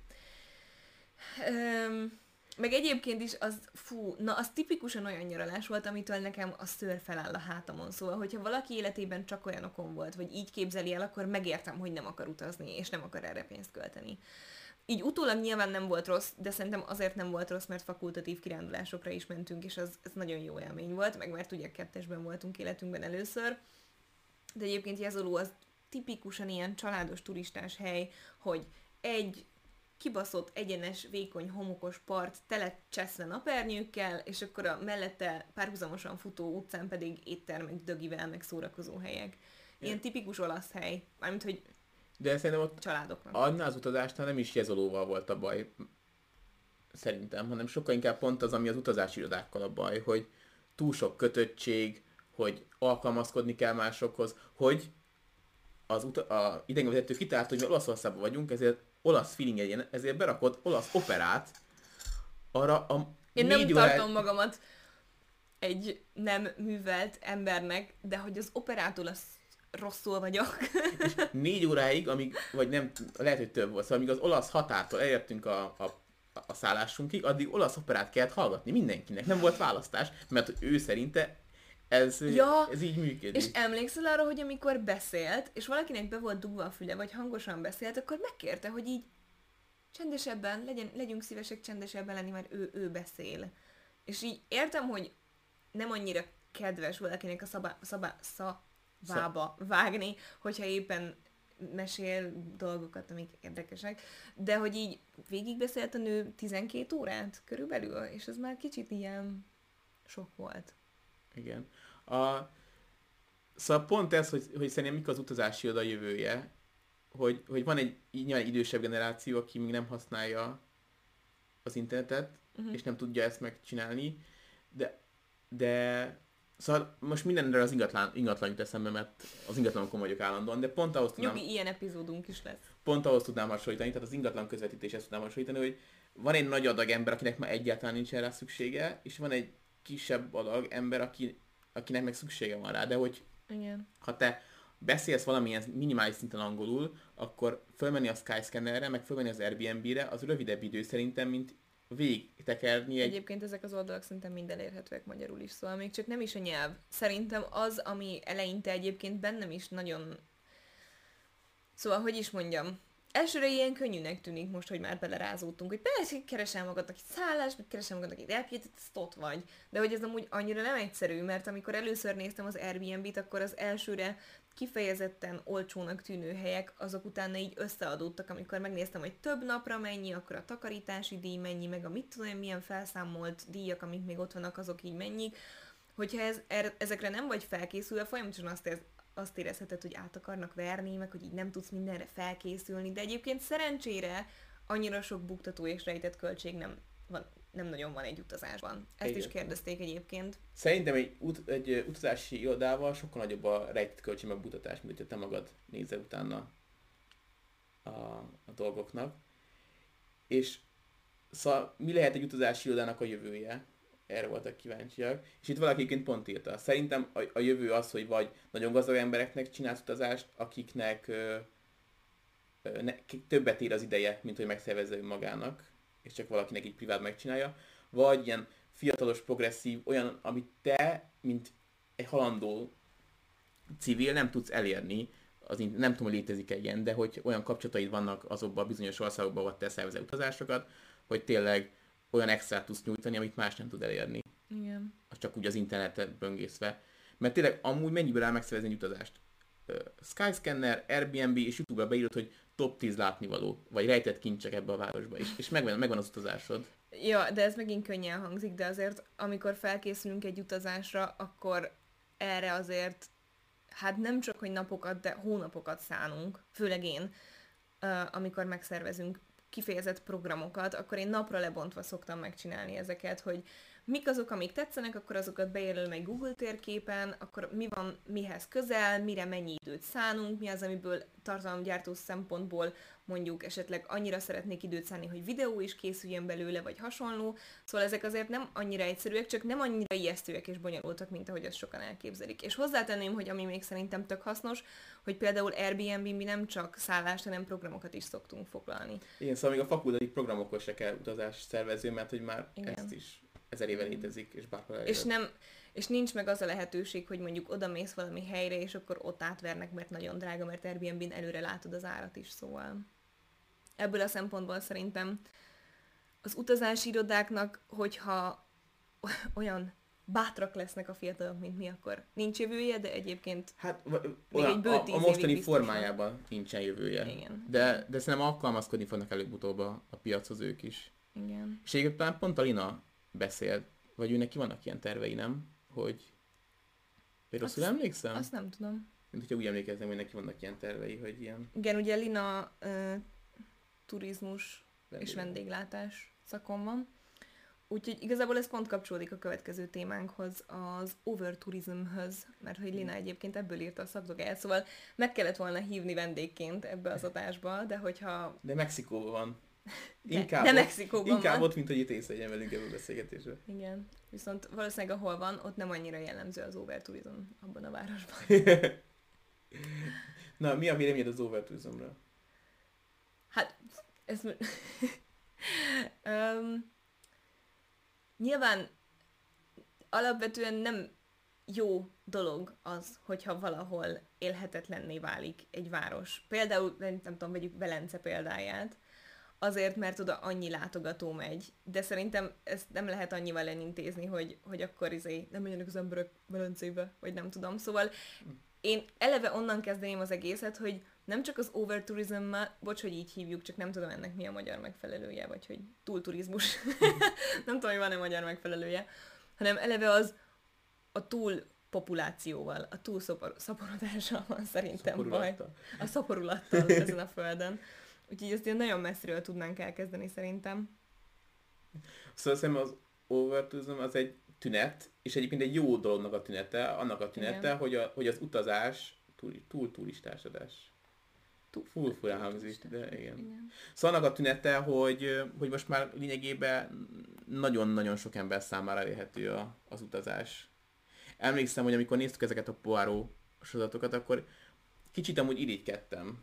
Öm, meg egyébként is az, fú, na az tipikusan olyan nyaralás volt, amitől nekem a szőr feláll a hátamon. Szóval, hogyha valaki életében csak olyan okon volt, vagy így képzeli el, akkor megértem, hogy nem akar utazni, és nem akar erre pénzt költeni. Így utólag nyilván nem volt rossz, de szerintem azért nem volt rossz, mert fakultatív kirándulásokra is mentünk, és az, az nagyon jó élmény volt, meg mert ugye kettesben voltunk életünkben először. De egyébként Jezoló az tipikusan ilyen családos turistás hely, hogy egy kibaszott, egyenes, vékony, homokos part tele cseszve napernyőkkel, és akkor a mellette párhuzamosan futó utcán pedig éttermek, dögivel, meg szórakozó helyek. Ilyen tipikus olasz hely, mármint, hogy De szerintem ott családoknak. annál az utazásnál nem is Jezolóval volt a baj, szerintem, hanem sokkal inkább pont az, ami az utazási irodákkal a baj, hogy túl sok kötöttség, hogy alkalmazkodni kell másokhoz, hogy az uta- a idegenvezető kitalálta, hogy mi Olaszországban vagyunk, ezért olasz feeling legyen, ezért berakott olasz operát arra a Én nem négy órá- tartom magamat egy nem művelt embernek, de hogy az operától az rosszul vagyok. négy óráig, amíg, vagy nem, lehet, hogy több volt, szóval amíg az olasz határtól elértünk a, a, a szállásunkig, addig olasz operát kellett hallgatni mindenkinek, nem volt választás, mert hogy ő szerinte ez, Ja, ez így működik. És emlékszel arra, hogy amikor beszélt, és valakinek be volt dugva a füle, vagy hangosan beszélt, akkor megkérte, hogy így csendesebben, legyen, legyünk szívesek csendesebben lenni, mert ő, ő beszél. És így értem, hogy nem annyira kedves valakinek a szabá, szabá, szavába vágni, hogyha éppen mesél dolgokat, amik érdekesek, de hogy így végigbeszélt a nő tizenkét órát körülbelül, és ez már kicsit ilyen sok volt. Igen. A, szóval pont ez, hogy, hogy szerintem mik az utazási oda jövője, hogy, hogy van egy nyilván idősebb generáció, aki még nem használja az internetet, uh-huh. és nem tudja ezt megcsinálni, de, de szóval most mindenre az ingatlan, ingatlan jut eszembe, mert az ingatlanokon vagyok állandóan, de pont ahhoz tudnám, Nyugi, ilyen epizódunk is lesz. pont ahhoz tudnám hasonlítani, tehát az ingatlan közvetítéshez tudnám hasonlítani, hogy van egy nagy adag ember, akinek már egyáltalán nincsen rá szüksége, és van egy kisebb adag ember, aki, akinek meg szüksége van rá, de hogy Igen. ha te beszélsz valamilyen minimális szinten angolul, akkor fölmenni a Skyscannerre, meg fölmenni az Airbnb-re, az rövidebb idő szerintem, mint végig tekerni egy... Egyébként ezek az oldalak szerintem mind elérhetőek magyarul is, szóval még csak nem is a nyelv. Szerintem az, ami eleinte egyébként bennem is nagyon... Szóval, hogy is mondjam, elsőre ilyen könnyűnek tűnik most, hogy már belerázódtunk, hogy persze, keresel magadnak egy szállást, meg keresel magadnak egy Airbnb-t, ezt ott vagy. De hogy ez amúgy annyira nem egyszerű, mert amikor először néztem az Airbnb-t, akkor az elsőre kifejezetten olcsónak tűnő helyek, azok utána így összeadódtak, amikor megnéztem, hogy több napra mennyi, akkor a takarítási díj mennyi, meg a mit tudom én, milyen felszámolt díjak, amik még ott vannak, azok így mennyik. Hogyha ez, er, ezekre nem vagy felkészülve, folyamatosan azt, ér, azt érezheted, hogy át akarnak verni, meg hogy így nem tudsz mindenre felkészülni, de egyébként szerencsére annyira sok buktató és rejtett költség nem van, nem nagyon van egy utazásban. Ezt Igen. is kérdezték egyébként. Szerintem egy, ut- egy utazási irodával sokkal nagyobb a rejtett költség meg butatás, mint hogyha te magad nézel utána a, a dolgoknak. És szóval mi lehet egy utazási irodának a jövője? Erre voltak kíváncsiak. És itt valaki egyébként pont írta. Szerintem a, a jövő az, hogy vagy nagyon gazdag embereknek csinálsz utazást, akiknek ö, ö, ne, többet ér az ideje, mint hogy megszervezze magának, és csak valakinek így privát megcsinálja, vagy ilyen fiatalos, progresszív, olyan, amit te, mint egy halandó civil nem tudsz elérni, az nem tudom, hogy létezik-e ilyen, de hogy olyan kapcsolataid vannak azokban a bizonyos országokban, ahol te szervezel utazásokat, hogy tényleg olyan extrát tudsz nyújtani, amit más nem tud elérni. Igen. Az csak úgy az interneten böngészve. Mert tényleg amúgy mennyiből áll megszervezni egy utazást? Skyscanner, Airbnb és YouTube-ra beírod, hogy top tíz látnivaló, vagy rejtett kincsek ebbe a városba is. És megvan, megvan az utazásod. Ja, de ez megint könnyen hangzik, de azért amikor felkészülünk egy utazásra, akkor erre azért hát nem csak, hogy napokat, de hónapokat szánunk, főleg én, amikor megszervezünk kifejezett programokat, akkor én napra lebontva szoktam megcsinálni ezeket, hogy mik azok, amik tetszenek, akkor azokat bejelölöm egy Google térképen, akkor mi van mihez közel, mire mennyi időt szánunk, mi az, amiből tartalomgyártó szempontból mondjuk esetleg annyira szeretnék időt szánni, hogy videó is készüljön belőle, vagy hasonló. Szóval ezek azért nem annyira egyszerűek, csak nem annyira ijesztőek és bonyolultak, mint ahogy azt sokan elképzelik. És hozzátenném, hogy ami még szerintem tök hasznos, hogy például Airbnb mi nem csak szállást, hanem programokat is szoktunk foglalni. Igen, szóval még a fakultatív programokhoz se kell utazást szervezni, mert hogy már Igen. ezt is ezer éve létezik, és bárhol elérhet. És, nem, és nincs meg az a lehetőség, hogy mondjuk odamész valami helyre, és akkor ott átvernek, mert nagyon drága, mert Airbnb-n előre látod az árat is, szóval. Ebből a szempontból szerintem az utazási irodáknak, hogyha olyan bátrak lesznek a fiatalok, mint mi, akkor nincs jövője, de egyébként Hát v- még olyan, egy bő a, tíz a évig mostani biztosan. formájában nincsen jövője. Igen. De, de szerintem alkalmazkodni fognak előbb-utóbb a, a piachoz ők is. Igen. És egyébként talán pont a Lina beszélt, vagy ő neki vannak ilyen tervei, nem? Hogy... Vagy rosszul Azt- emlékszem? Azt nem tudom. Mint hogyha úgy emlékezem, hogy neki vannak ilyen tervei, hogy ilyen... Igen, ugye Lina uh, turizmus és vendéglátás szakon van. Úgyhogy igazából ez pont kapcsolódik a következő témánkhoz, az overtourismhöz, mert hogy Lina egyébként ebből írta a szakdolgát, szóval meg kellett volna hívni vendégként ebbe az adásba, de hogyha... De Mexikóban van. De, Inkább de ott- Mexikóban Inkább van. ott, mint hogy itt részt vegyen velünk ebből a beszélgetésre. Igen, viszont valószínűleg ahol van, ott nem annyira jellemző az overtourism abban a városban. Na, mi a véleményed az overtourismra? Hát, ez... um, nyilván alapvetően nem jó dolog az, hogyha valahol élhetetlenné válik egy város. Például, nem tudom, vegyük Velence példáját, azért, mert oda annyi látogató megy, de szerintem ezt nem lehet annyival elintézni, hogy, hogy akkor izé nem menjenek az emberek Velencébe, vagy nem tudom. Szóval én eleve onnan kezdeném az egészet, hogy nem csak az overtourism-mal, bocs, hogy így hívjuk, csak nem tudom ennek mi a magyar megfelelője, vagy hogy túlturizmus. Nem tudom, hogy van-e magyar megfelelője, hanem eleve az a túl populációval, a túl szopor- szaporodással van szerintem baj. Szaporulattal. A szaporulattal ezen a földön. Úgyhogy ezt ilyen nagyon messziről tudnánk elkezdeni szerintem. Szóval szerintem az overtourism az egy tünet, és egyébként egy jó dolognak a tünete, annak a tünete, hogy, a, hogy az utazás túl, túl turistásodás. Túl Full furán hangzik, de igen. Igen. Szóval annak a tünete, hogy, hogy most már lényegében nagyon-nagyon sok ember számára elérhető a, az utazás. Emlékszem, hogy amikor néztük ezeket a Poirot sorozatokat, akkor kicsit amúgy irigykedtem,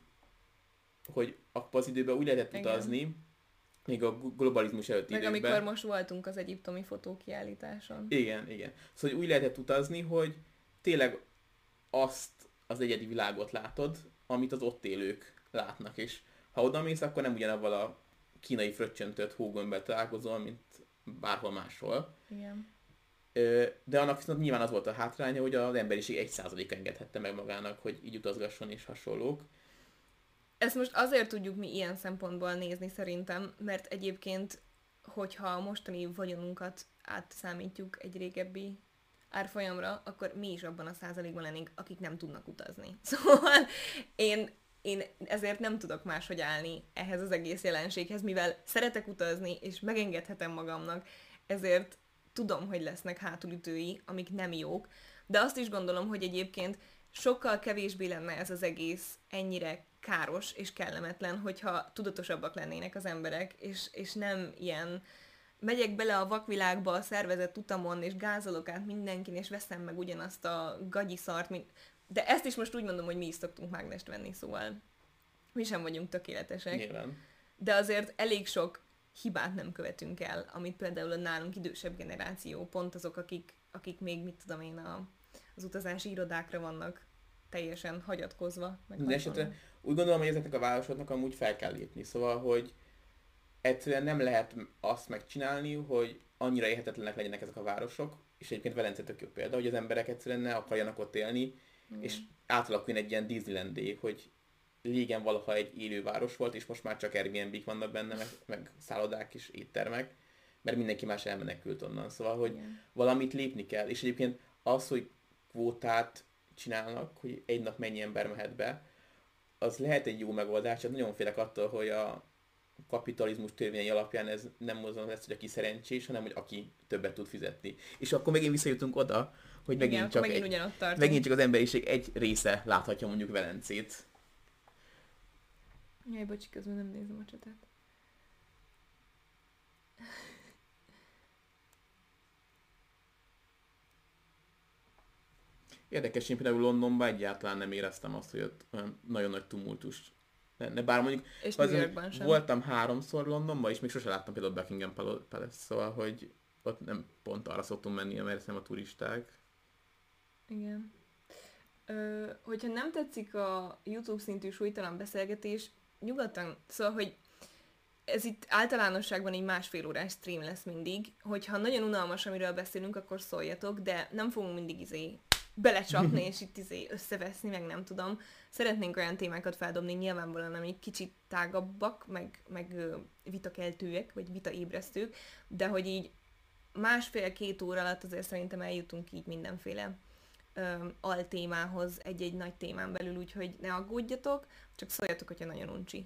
hogy akkor az időben úgy lehetett Igen. utazni, még a globalizmus előtti Meg időkben. amikor most voltunk az egyiptomi fotókiállításon. Igen, igen. Szóval úgy lehetett utazni, hogy tényleg azt az egyedi világot látod, amit az ott élők látnak, és ha odamész, akkor nem ugyanavval a kínai fröccsöntött hógömbbel találkozol, mint bárhol máshol. Igen. Ö, De annak viszont nyilván az volt a hátránya, hogy az emberiség egy százalék engedhette meg magának, hogy így utazgasson és hasonlók. Ezt most azért tudjuk mi ilyen szempontból nézni szerintem, mert egyébként, hogyha a mostani vagyonunkat átszámítjuk egy régebbi árfolyamra, akkor mi is abban a százalékban lennénk, akik nem tudnak utazni. Szóval én, én ezért nem tudok máshogy állni ehhez az egész jelenséghez, mivel szeretek utazni, és megengedhetem magamnak, ezért tudom, hogy lesznek hátulütői, amik nem jók, de azt is gondolom, hogy egyébként sokkal kevésbé lenne ez az egész ennyire káros és kellemetlen, hogyha tudatosabbak lennének az emberek, és, és nem ilyen megyek bele a vakvilágba a szervezett utamon, és gázolok át mindenkin, és veszem meg ugyanazt a gagyi szart, mint... De ezt is most úgy mondom, hogy mi is szoktunk mágnest venni, szóval mi sem vagyunk tökéletesek. Nyilván. De azért elég sok hibát nem követünk el, amit például a nálunk idősebb generáció, pont azok, akik, akik még, mit tudom én, a, az utazási irodákra vannak teljesen hagyatkozva. Meg De esetre úgy gondolom, hogy ezeknek a városoknak amúgy fel kell lépni, szóval, hogy egyszerűen nem lehet azt megcsinálni, hogy annyira élhetetlenek legyenek ezek a városok, és egyébként Velence tök jó példa, hogy az emberek egyszerűen ne akarjanak ott élni, mm. és átalakuljon egy ilyen Disneylandé, hogy régen valaha egy élő város volt, és most már csak Airbnb-k vannak benne, meg, meg szállodák és éttermek, mert mindenki más elmenekült onnan. Szóval, hogy Igen. valamit lépni kell. És egyébként az, hogy kvótát csinálnak, hogy egy nap mennyi ember mehet be, az lehet egy jó megoldás, csak nagyon félek attól, hogy a kapitalizmus törvényei alapján ez nem azon lesz, hogy aki szerencsés, hanem hogy aki többet tud fizetni. És akkor megint visszajutunk oda, hogy megint, Igen, csak, megint egy, ugyanott tartunk. megint csak az emberiség egy része láthatja mondjuk Velencét. Jaj, bocsi, közben nem nézem a csatet. Érdekes, én például Londonban egyáltalán nem éreztem azt, hogy ott olyan nagyon nagy tumultus lenne. Bár mondjuk És az- New Yorkban sem. voltam háromszor Londonban, és még sose láttam például Buckingham Pal- Palace, szóval, hogy ott nem pont arra szoktunk menni, mert nem a turisták. Igen. Ö, hogyha nem tetszik a YouTube szintű súlytalan beszélgetés, nyugodtan, szóval, hogy ez itt általánosságban egy másfél órás stream lesz mindig, hogyha nagyon unalmas, amiről beszélünk, akkor szóljatok, de nem fogunk mindig izé belecsapni, és itt izé összeveszni, meg nem tudom. Szeretnénk olyan témákat feldobni nyilvánvalóan, amik kicsit tágabbak, meg, meg ö, vitakeltőek, vagy vitaébresztők, de hogy így másfél-két óra alatt azért szerintem eljutunk így mindenféle ö, altémához egy-egy nagy témán belül, úgyhogy ne aggódjatok, csak szóljatok, hogyha nagyon uncsi.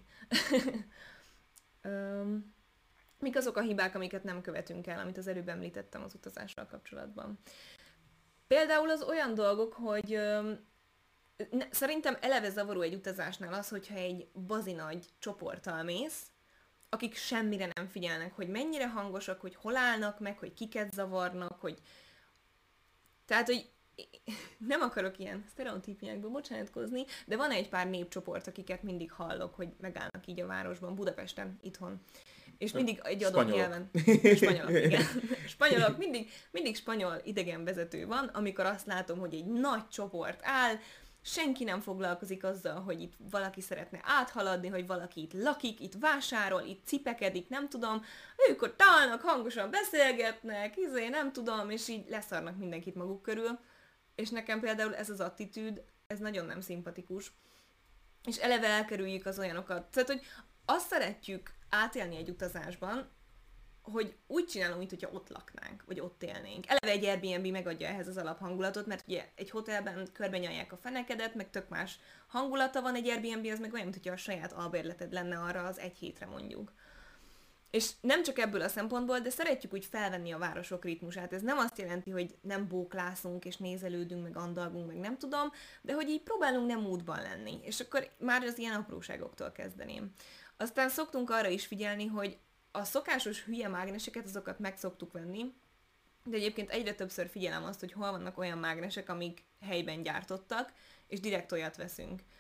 Öm, mik azok a hibák, amiket nem követünk el, amit az előbb említettem az utazással kapcsolatban? Például az olyan dolgok, hogy öm, ne, szerintem eleve zavaró egy utazásnál az, hogyha egy bazinagy csoporttal mész, akik semmire nem figyelnek, hogy mennyire hangosak, hogy hol állnak meg, hogy kiket zavarnak, hogy... Tehát, hogy nem akarok ilyen sztereotípiákba bocsánatkozni, de van egy pár népcsoport, akiket mindig hallok, hogy megállnak így a városban, Budapesten, itthon. És mindig egy adott Spanyolok. nyelven. Spanyolok, igen. Spanyolok, mindig, mindig spanyol idegenvezető van, amikor azt látom, hogy egy nagy csoport áll, senki nem foglalkozik azzal, hogy itt valaki szeretne áthaladni, hogy valaki itt lakik, itt vásárol, itt cipekedik, nem tudom. Ők ott állnak, hangosan beszélgetnek, izé, nem tudom, és így leszarnak mindenkit maguk körül. És nekem például ez az attitűd, ez nagyon nem szimpatikus. És eleve elkerüljük az olyanokat. Tehát, hogy azt szeretjük átélni egy utazásban, hogy úgy csinálunk, mintha ott laknánk, vagy ott élnénk. Eleve egy Airbnb megadja ehhez az alaphangulatot, mert ugye egy hotelben körbenyalják a fenekedet, meg tök más hangulata van, egy Airbnb az meg olyan, mintha a saját albérleted lenne arra az egy hétre mondjuk. És nem csak ebből a szempontból, de szeretjük úgy felvenni a városok ritmusát. Ez nem azt jelenti, hogy nem bóklászunk, és nézelődünk, meg andalgunk, meg nem tudom, de hogy így próbálunk nem módban lenni. És akkor már az ilyen apróságoktól kezdeném. Aztán szoktunk arra is figyelni, hogy a szokásos hülye mágneseket, azokat meg szoktuk venni, de egyébként egyre többször figyelem azt, hogy hol vannak olyan mágnesek, amik helyben gyártottak, és direkt olyat veszünk.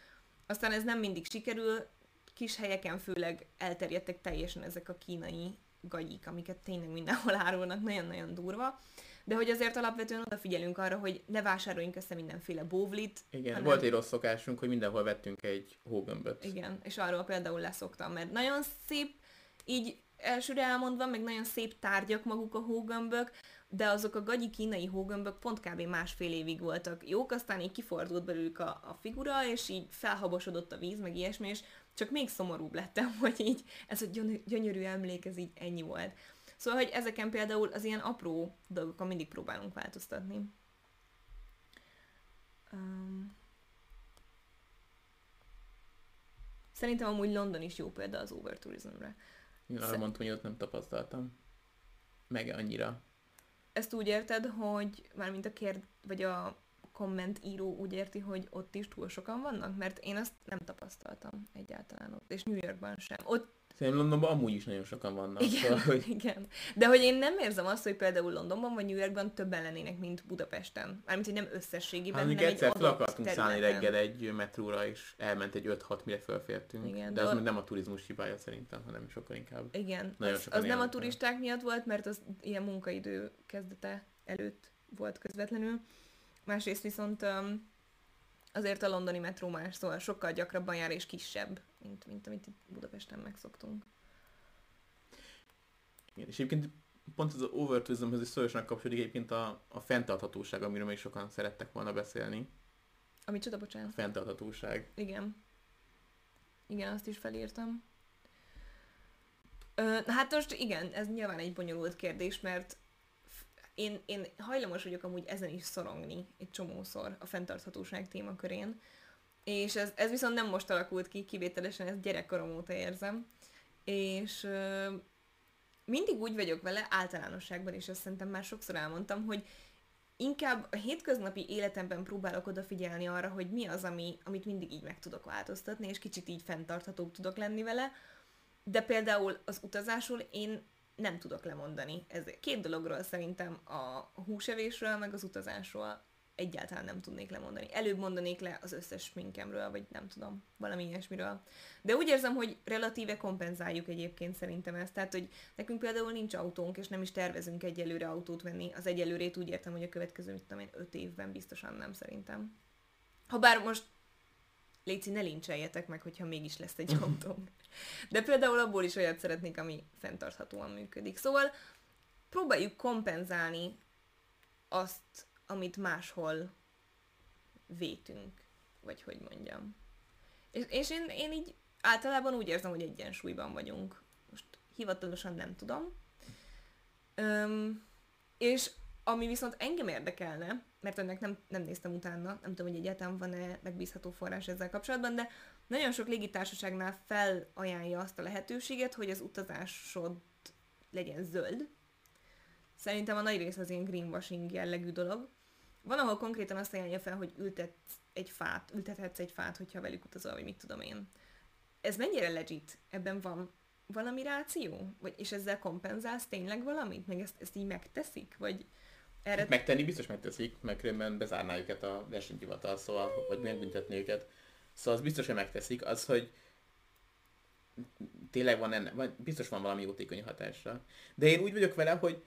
Aztán ez nem mindig sikerül, kis helyeken főleg elterjedtek teljesen ezek a kínai gagyik, amiket tényleg mindenhol árulnak, nagyon-nagyon durva. De hogy azért alapvetően odafigyelünk arra, hogy ne vásároljunk össze mindenféle bóvlit. Igen, hanem... volt egy rossz szokásunk, hogy mindenhol vettünk egy hógömböt. Igen, és arról például leszoktam, mert nagyon szép, így elsőre elmondva, meg nagyon szép tárgyak maguk a hógömbök, de azok a gagyi kínai hógömbök pont kb. Másfél évig voltak jók, aztán így kifordult belőlük a, a figura, és így felhabosodott a víz, meg ilyesmi, és csak még szomorúbb lettem, hogy így ez a gyönyörű emlék, ez így ennyi volt. Szóval, hogy ezeken például az ilyen apró dolgokon mindig próbálunk változtatni. Um, Szerintem amúgy London is jó példa az overtourismre. Én arra mondtam, hogy ott nem tapasztaltam. Meg annyira. Ezt úgy érted, hogy mármint a kérd, vagy a komment író úgy érti, hogy ott is túl sokan vannak? Mert én azt nem tapasztaltam egyáltalán ott, és New Yorkban sem. Ott Szerintem Londonban amúgy is nagyon sokan vannak. igen, szóval, hogy... igen. De hogy én nem érzem azt, hogy például Londonban vagy New Yorkban többen lennének, mint Budapesten. Mármint, hogy nem összességében, hanem hanem egyszer egy fel adott akartunk szállni területen. reggel egy metróra, és elment egy öt-hat, mire felfértünk. Igen, de az de meg nem a turizmus hibája szerintem, hanem sokkal inkább. Igen, Nagyon az, sokan az nem a élnek turisták miatt volt, mert az ilyen munkaidő kezdete előtt volt közvetlenül. Másrészt viszont um, azért a londoni metró más, szóval sokkal gyakrabban jár és kisebb, mint, mint amit itt Budapesten megszoktunk. Igen, és egyébként pont ez az overtourismhoz is szorosan kapcsolódik egyébként a, a fenntarthatóság, amiről még sokan szerettek volna beszélni. Ami csoda, A bocsánat. fenntarthatóság. Igen. Igen, azt is felírtam. Ö, hát most igen, ez nyilván egy bonyolult kérdés, mert f- én, én hajlamos vagyok amúgy ezen is szorongni egy csomószor a fenntarthatóság témakörén. És ez, ez viszont nem most alakult ki, kivételesen ezt gyerekkorom óta érzem. És ö, mindig úgy vagyok vele, általánosságban, és azt szerintem már sokszor elmondtam, hogy inkább a hétköznapi életemben próbálok odafigyelni arra, hogy mi az, ami, amit mindig így meg tudok változtatni, és kicsit így fenntarthatóbb tudok lenni vele, de például az utazásról én nem tudok lemondani. Ez két dologról szerintem, a húsevésről, meg az utazásról egyáltalán nem tudnék lemondani. Előbb mondanék le az összes sminkemről, vagy nem tudom, valami ilyesmiről. De úgy érzem, hogy relatíve kompenzáljuk egyébként szerintem ezt. Tehát, hogy nekünk például nincs autónk, és nem is tervezünk egyelőre autót venni. Az egyelőrét úgy értem, hogy a következő, mit tudom én, öt évben biztosan nem szerintem. Habár most léci, ne lincseljetek meg, hogyha mégis lesz egy autónk. De például abból is olyat szeretnék, ami fenntarthatóan működik. Szóval próbáljuk kompenzálni azt, amit máshol vétünk, vagy hogy mondjam. És, és én, én így általában úgy érzem, hogy egyensúlyban vagyunk. Most hivatalosan nem tudom. Öm, és ami viszont engem érdekelne, mert ennek nem, nem néztem utána, nem tudom, hogy egyáltalán van-e megbízható forrás ezzel kapcsolatban, de nagyon sok légitársaságnál felajánlja azt a lehetőséget, hogy az utazásod legyen zöld. Szerintem a nagy rész az ilyen greenwashing jellegű dolog. Van, ahol konkrétan azt ajánlja fel, hogy ültetsz egy fát, ültethetsz egy fát, hogyha velük utazol, vagy mit tudom én. Ez mennyire legit? Ebben van valami ráció? Vagy, és ezzel kompenzálsz tényleg valamit? Meg ezt, ezt így megteszik? Vagy erre... Hát megtenni biztos megteszik, mert különben bezárná őket a versenyhivatal, szóval, vagy megbüntetni őket. Szóval az biztos, hogy megteszik. Az, hogy tényleg van ennek, vagy biztos van valami jótékony hatásra. De én úgy vagyok vele, hogy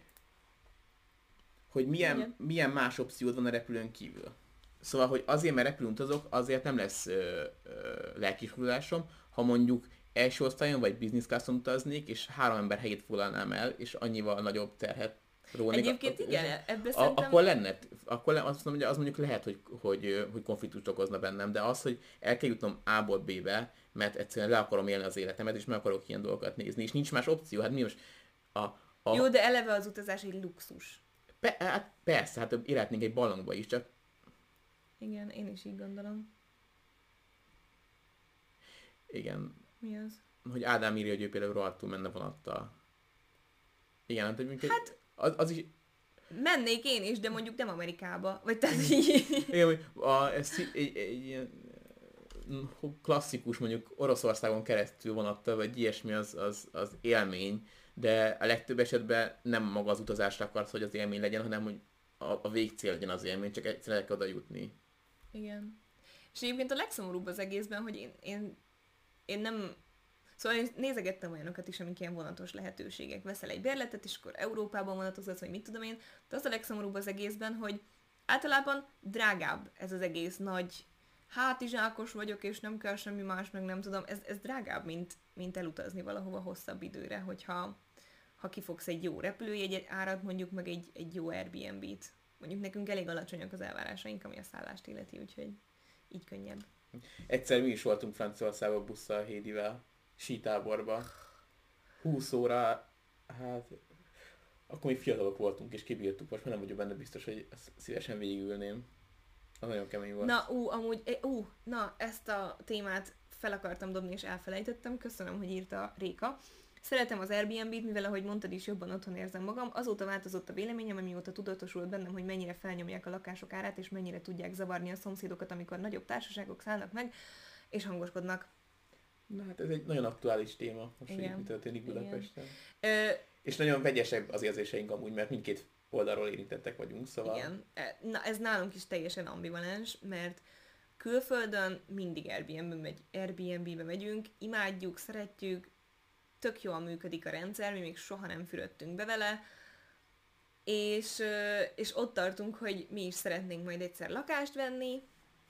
hogy milyen, milyen más opciód van a repülőn kívül. Szóval, hogy azért, mert repülőn utazok, azért nem lesz ö, ö, lelkismerulásom, ha mondjuk első osztályon vagy business classon utaznék, és három ember helyét foglalnám el, és annyival nagyobb terhet rónék. Egyébként igen, ebbe a, szerintem... Akkor lenne, akkor le, azt mondom, hogy az mondjuk lehet, hogy, hogy, hogy konfliktust okozna bennem, de az, hogy el kell jutnom A-ból B-be, mert egyszerűen le akarom élni az életemet, és meg akarok ilyen dolgokat nézni, és nincs más opció, hát mi most a... a... Jó, de eleve az utazás egy luxus. Pe- hát persze, hát élhetnénk egy ballongba is, csak... Igen, én is így gondolom. Igen. Mi az? Hogy Ádám írja, hogy ő például rohadtul menne vonattal. Igen, hát, hogy Hát... Az, az is... Mennék én is, de mondjuk nem Amerikába. Vagy tehát így... Igen, hogy a, ez egy, egy ilyen klasszikus, mondjuk Oroszországon keresztül vonattal, vagy ilyesmi az, az, az élmény, de a legtöbb esetben nem maga az utazásra akarsz, hogy az élmény legyen, hanem hogy a, a végcél legyen az élmény, csak egyszerűen el kell oda jutni. Igen. És egyébként a legszomorúbb az egészben, hogy én, én, én nem... Szóval én nézegettem olyanokat is, amik ilyen vonatos lehetőségek. Veszel egy bérletet, és akkor Európában vonatozgatsz, vagy mit tudom én. De az a legszomorúbb az egészben, hogy általában drágább ez az egész nagy hátizsákos vagyok, és nem kell semmi más, meg nem tudom. Ez, ez drágább, mint, mint elutazni valahova hosszabb időre, hogyha ha kifogsz egy jó repülőjegyet, árat mondjuk, meg egy, egy jó Airbnb-t. Mondjuk nekünk elég alacsonyak az elvárásaink, ami a szállást illeti, úgyhogy így könnyebb. Egyszer mi is voltunk Franciaországban busszal Hédivel, sítáborba. húsz óra, hát... Akkor még fiatalok voltunk és kibírtuk, most már nem vagyok benne biztos, hogy ezt szívesen végigülném. Az nagyon kemény volt. Na, ú, amúgy, ú, na, ezt a témát fel akartam dobni és elfelejtettem. Köszönöm, hogy írta Réka. Szeretem az Airbnb-t, mivel ahogy mondtad is, jobban otthon érzem magam. Azóta változott a véleményem, amióta tudatosult bennem, hogy mennyire felnyomják a lakások árát, és mennyire tudják zavarni a szomszédokat, amikor nagyobb társaságok szállnak meg, és hangoskodnak. Na hát ez egy nagyon aktuális téma, most Igen. hogy mi történik Budapesten. Ö, És nagyon vegyesebb az érzéseink amúgy, mert mindkét oldalról érintettek vagyunk, szóval... Igen. Na, ez nálunk is teljesen ambivalens, mert külföldön mindig Airbnb-be, megy, Airbnb-be megyünk, imádjuk, szeretjük, tök jól működik a rendszer, mi még soha nem fürödtünk be vele, és, és ott tartunk, hogy mi is szeretnénk majd egyszer lakást venni,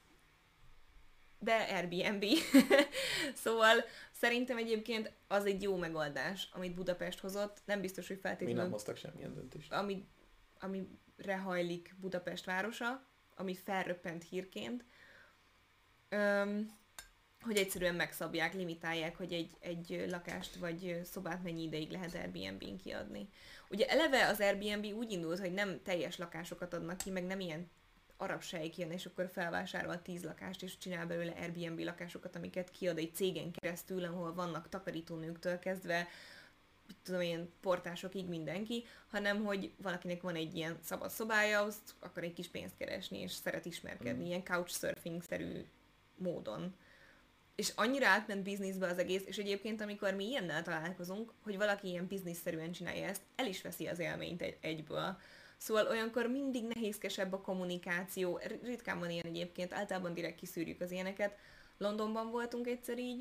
de Airbnb. Szóval szerintem egyébként az egy jó megoldás, amit Budapest hozott. Nem biztos, hogy Mi feltétlenül... nem hoztak semmilyen döntést. Ami, amire hajlik Budapest városa, ami felröppent hírként, öm, hogy egyszerűen megszabják, limitálják, hogy egy, egy lakást vagy szobát mennyi ideig lehet Airbnb-n kiadni. Ugye eleve az Airbnb úgy indult, hogy nem teljes lakásokat adnak ki, meg nem ilyen arab sejk jön, és akkor felvásárol tíz lakást, és csinál belőle Airbnb lakásokat, amiket kiad egy cégen keresztül, ahol vannak takarítónőktől kezdve, mit tudom, ilyen portásokig mindenki, hanem hogy valakinek van egy ilyen szabad szobája, azt akar egy kis pénzt keresni, és szeret ismerkedni, mm. ilyen couchsurfing-szerű módon. És annyira átment bizniszbe az egész, és egyébként amikor mi ilyennel találkozunk, hogy valaki ilyen bizniszszerűen csinálja ezt, el is veszi az élményt egy- egyből. Szóval olyankor mindig nehézkesebb a kommunikáció, ritkán van ilyen egyébként, általában direkt kiszűrjük az ilyeneket. Londonban voltunk egyszer így,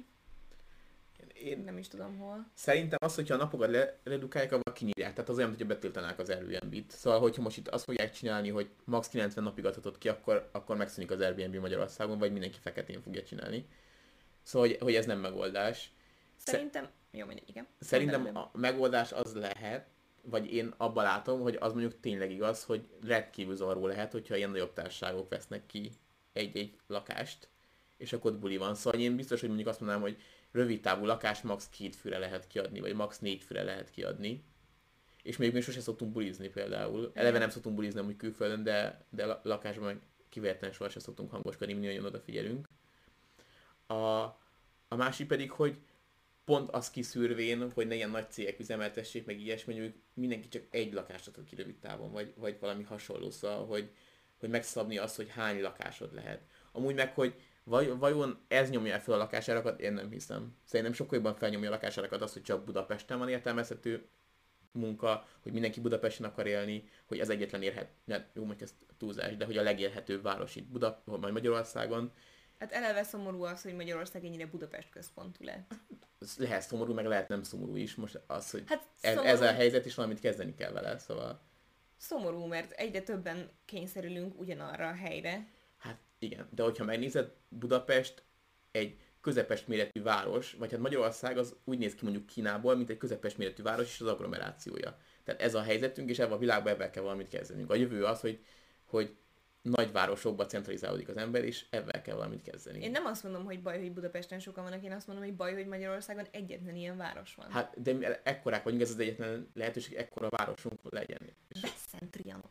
Én nem is tudom hol. szerintem az, hogyha a napokat le- redukálják, abban kinyírják. Tehát az olyan, hogyha betiltanák az Airbnb-t. Szóval, hogyha most itt azt fogják csinálni, hogy max. kilencven napig adhatod ki, akkor, akkor megszűnik az Airbnb Magyarországon, vagy mindenki feketén fogja csinálni. Szóval, hogy, hogy ez nem megoldás. Szerintem, jó, mondjuk, igen. Szerintem Mondd el, a megoldás az lehet, vagy én abban látom, hogy az mondjuk tényleg igaz, hogy rendkívül zavaró lehet, hogyha ilyen nagyobb társaságok vesznek ki egy-egy lakást, és akkor ott buli van. Szóval én biztos, hogy mondjuk azt mondanám, hogy rövid távú lakás max. két főre lehet kiadni, vagy max. négy főre lehet kiadni. És még mi sosem szoktunk bulizni például. Eleve nem szoktunk bulizni amúgy külföldön, de, de lakásban meg kivételesen sohasem szoktunk hangoskodni, mi nagyon odafigyelünk. A, a másik pedig, hogy pont az kiszűrvén, hogy ne ilyen nagy cégek üzemeltessék, meg ilyesmi, hogy mindenki csak egy lakást ad ki rövid távon, vagy, vagy valami hasonló, szóval, hogy, hogy megszabni azt, hogy hány lakásod lehet. Amúgy meg, hogy vaj, vajon ez nyomja fel a lakásárakat, én nem hiszem. Szerintem sokkal jobban felnyomja a lakásárakat az, hogy csak Budapesten van értelmezhető munka, hogy mindenki Budapesten akar élni, hogy ez egyetlen érhet, ne, jó, mondjuk ez túlzás, de hogy a legélhetőbb város itt Buda, vagy Magyarországon. Hát eleve szomorú az, hogy Magyarország ennyire Budapest központú lett. Ez lehet szomorú, meg lehet nem szomorú is. Most az, hogy Hát ez, szomorú, ez a helyzet, és valamit kezdeni kell vele, szóval... szomorú, mert egyre többen kényszerülünk ugyanarra a helyre. Hát igen, de hogyha megnézed, Budapest egy közepes méretű város, vagy hát Magyarország az úgy néz ki mondjuk Kínából, mint egy közepes méretű város és az agglomerációja. Tehát ez a helyzetünk, és ebben a világban ebben kell valamit kezdenünk. A jövő az, hogy, hogy nagyvárosokba centralizálódik az ember, és ebben kell valamit kezdeni. Én nem azt mondom, hogy baj, hogy Budapesten sokan vannak, én azt mondom, hogy baj, hogy Magyarországon egyetlen ilyen város van. Hát, de mi ekkorák vagyunk, ez az egyetlen lehetőség, ekkora városunk legyen. És, Vesszen Trianon.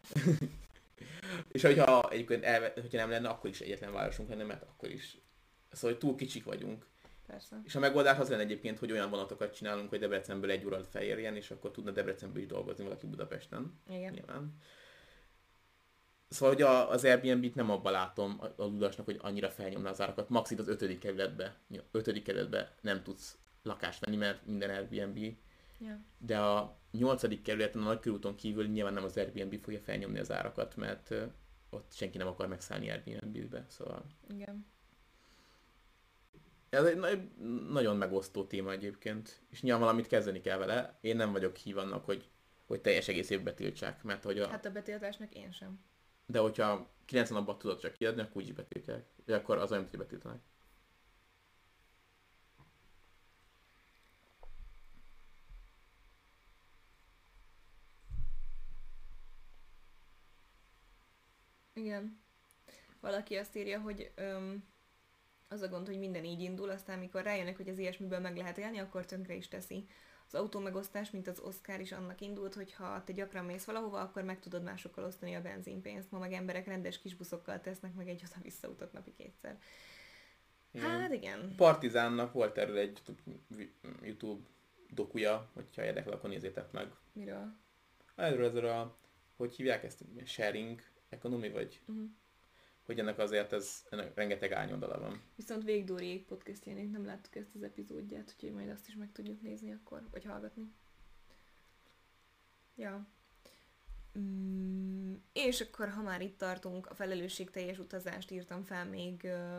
és hogyha egyébként elve, hogyha nem lenne, akkor is egyetlen városunk lenne, mert akkor is. Szóval, hogy túl kicsik vagyunk. Persze. És a megoldás az lenne egyébként, hogy olyan vonatokat csinálunk, hogy Debrecenből egy óra felérjen, és akkor tudna Debrecenből is dolgozni valaki Budapesten. Igen. Nyilván. Szóval, hogy a, az Airbnb-t nem abban látom a, a ludasnak, hogy annyira felnyomna az árakat. Max itt az ötödik kerületbe, ötödik kerületbe nem tudsz lakást venni, mert minden Airbnb. Ja. De a nyolcadik kerületen, a Nagykörúton kívül nyilván nem az Airbnb fogja felnyomni az árakat, mert uh, ott senki nem akar megszállni Airbnb-be, szóval... Igen. Ez egy na- nagyon megosztó téma egyébként, és nyilván valamit kezdeni kell vele. Én nem vagyok hív annak, hogy, hogy teljes egész évben betiltsák, mert hogy a... Hát a betiltásnak én sem. De hogyha kilencven napban tudod csak kiadni, akkor úgyis betiltják. De akkor az olyan, hogy betiltanak. Igen. Valaki azt írja, hogy öm, az a gond, hogy minden így indul, aztán mikor rájönnek, hogy az ilyesmiből meg lehet élni, akkor tönkre is teszi. Az autómegosztás, mint az Oscar is annak indult, hogy ha te gyakran mész valahova, akkor meg tudod másokkal osztani a benzinpénzt. Ma meg emberek rendes kis buszokkal tesznek meg egy oda-vissza utat napi kétszer. Igen. Hát igen. Partizánnak volt erről egy YouTube dokuja, hogyha érdekel, akkor nézzétek meg. Miről? Erről ezzel a, hogy hívják ezt, sharing economy, vagy Uh-huh. hogy ennek azért ez, ennek rengeteg árnyoldala van. Viszont Végdóriék podcastjénél nem láttuk ezt az epizódját, úgyhogy majd azt is meg tudjuk nézni akkor, vagy hallgatni. Ja. Mm, és akkor, ha már itt tartunk, a felelősségteljes utazást írtam fel még ö,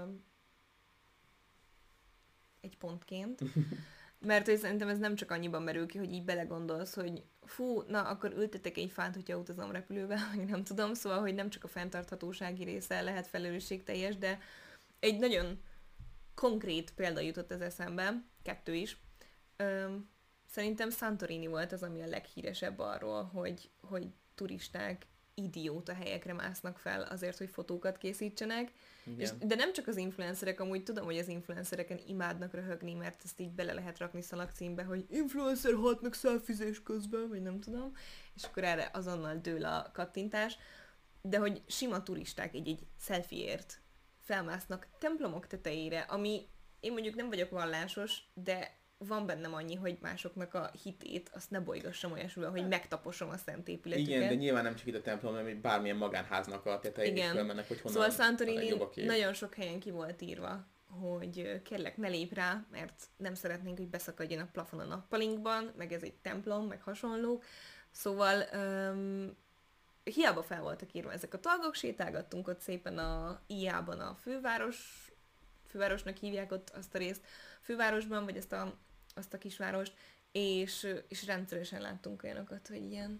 egy pontként. Mert hogy szerintem ez nem csak annyiban merül ki, hogy így belegondolsz, hogy fú, na akkor ültetek egy fát, hogyha utazom repülővel, meg nem tudom, szóval, hogy nem csak a fenntarthatósági része lehet felelősségteljes, de egy nagyon konkrét példa jutott az eszembe, kettő is. Öm, szerintem Santorini volt az, ami a leghíresebb arról, hogy, hogy turisták idióta helyekre másznak fel azért, hogy fotókat készítsenek. És, de nem csak az influencerek, amúgy tudom, hogy az influencereken imádnak röhögni, mert ezt így bele lehet rakni szalagcímbe, hogy influencer halt meg szelfizés közben, vagy nem tudom, és akkor erre azonnal dől a kattintás, de hogy sima turisták egy-egy selfieért felmásznak templomok tetejére, ami én mondjuk nem vagyok vallásos, de van bennem annyi, hogy másoknak a hitét azt ne bolygassam olyasmivel, hogy megtaposom a szent épületüket. Igen, de nyilván nem csak itt a templom, hanem bármilyen magánháznak a tetején is felmennek, hogy honnan szóval Santorini nagyon sok helyen ki volt írva, hogy kérlek ne lép rá, mert nem szeretnénk, hogy beszakadjon a plafon a nappalinkban, meg ez egy templom, meg hasonlók. Szóval um, hiába fel voltak írva ezek a tagok, sétálgattunk ott szépen a Ijában a főváros, fővárosnak hívják ott azt a részt, fővárosban, vagy azt a, azt a kisvárost, és, és rendszeresen láttunk olyanokat, hogy ilyen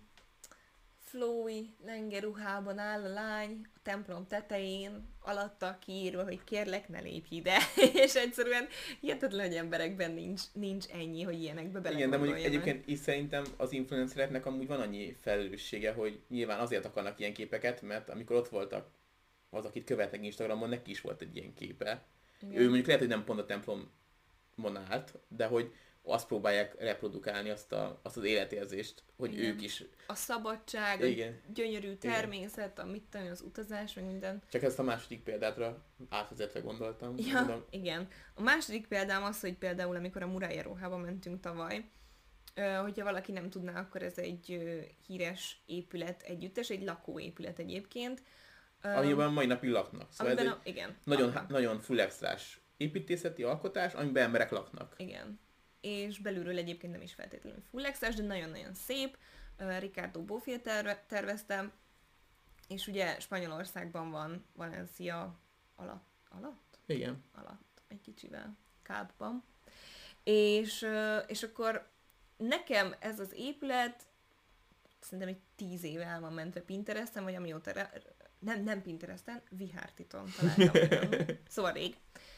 flowy, lenge ruhában áll a lány a templom tetején, alatta kiírva, hogy kérlek, ne lépj ide, és egyszerűen hihetetlen, hogy emberekben nincs, nincs ennyi, hogy ilyenekbe belegondoljanak. Igen, de mondjuk egyébként is szerintem az influencereknek amúgy van annyi felelőssége, hogy nyilván azért akarnak ilyen képeket, mert amikor ott voltak az, akit követnek Instagramon, neki is volt egy ilyen képe. Igen. Ő mondjuk lehet, hogy nem pont a templomon állt, de hogy azt próbálják reprodukálni azt, a, azt az életérzést, hogy igen. ők is... A szabadság, igen. a gyönyörű természet, igen. a mit tenni, az utazás, meg minden. Csak ezt a második példádra átvezetve gondoltam. Ja, mondom. Igen. A második példám az, hogy például amikor a Muralla Rojába mentünk tavaly, hogyha valaki nem tudná, akkor ez egy híres épület együttes, egy lakóépület egyébként. Amiben mai napig laknak. Szóval ez a, igen, nagyon, nagyon full extrás építészeti alkotás, amiben emberek laknak. Igen. És belülről egyébként nem is feltétlenül full extrás, de nagyon-nagyon szép. Uh, Ricardo Bofill terve, tervezte, és ugye Spanyolországban van Valencia alatt. Alatt? Igen. Alatt, egy kicsivel, Kábban. És, uh, és akkor nekem ez az épület szerintem egy tíz éve el van mentve Pinteresten, vagy amióta re- nem, nem Pinteresten, Vihártiton találtam. Szóval rég.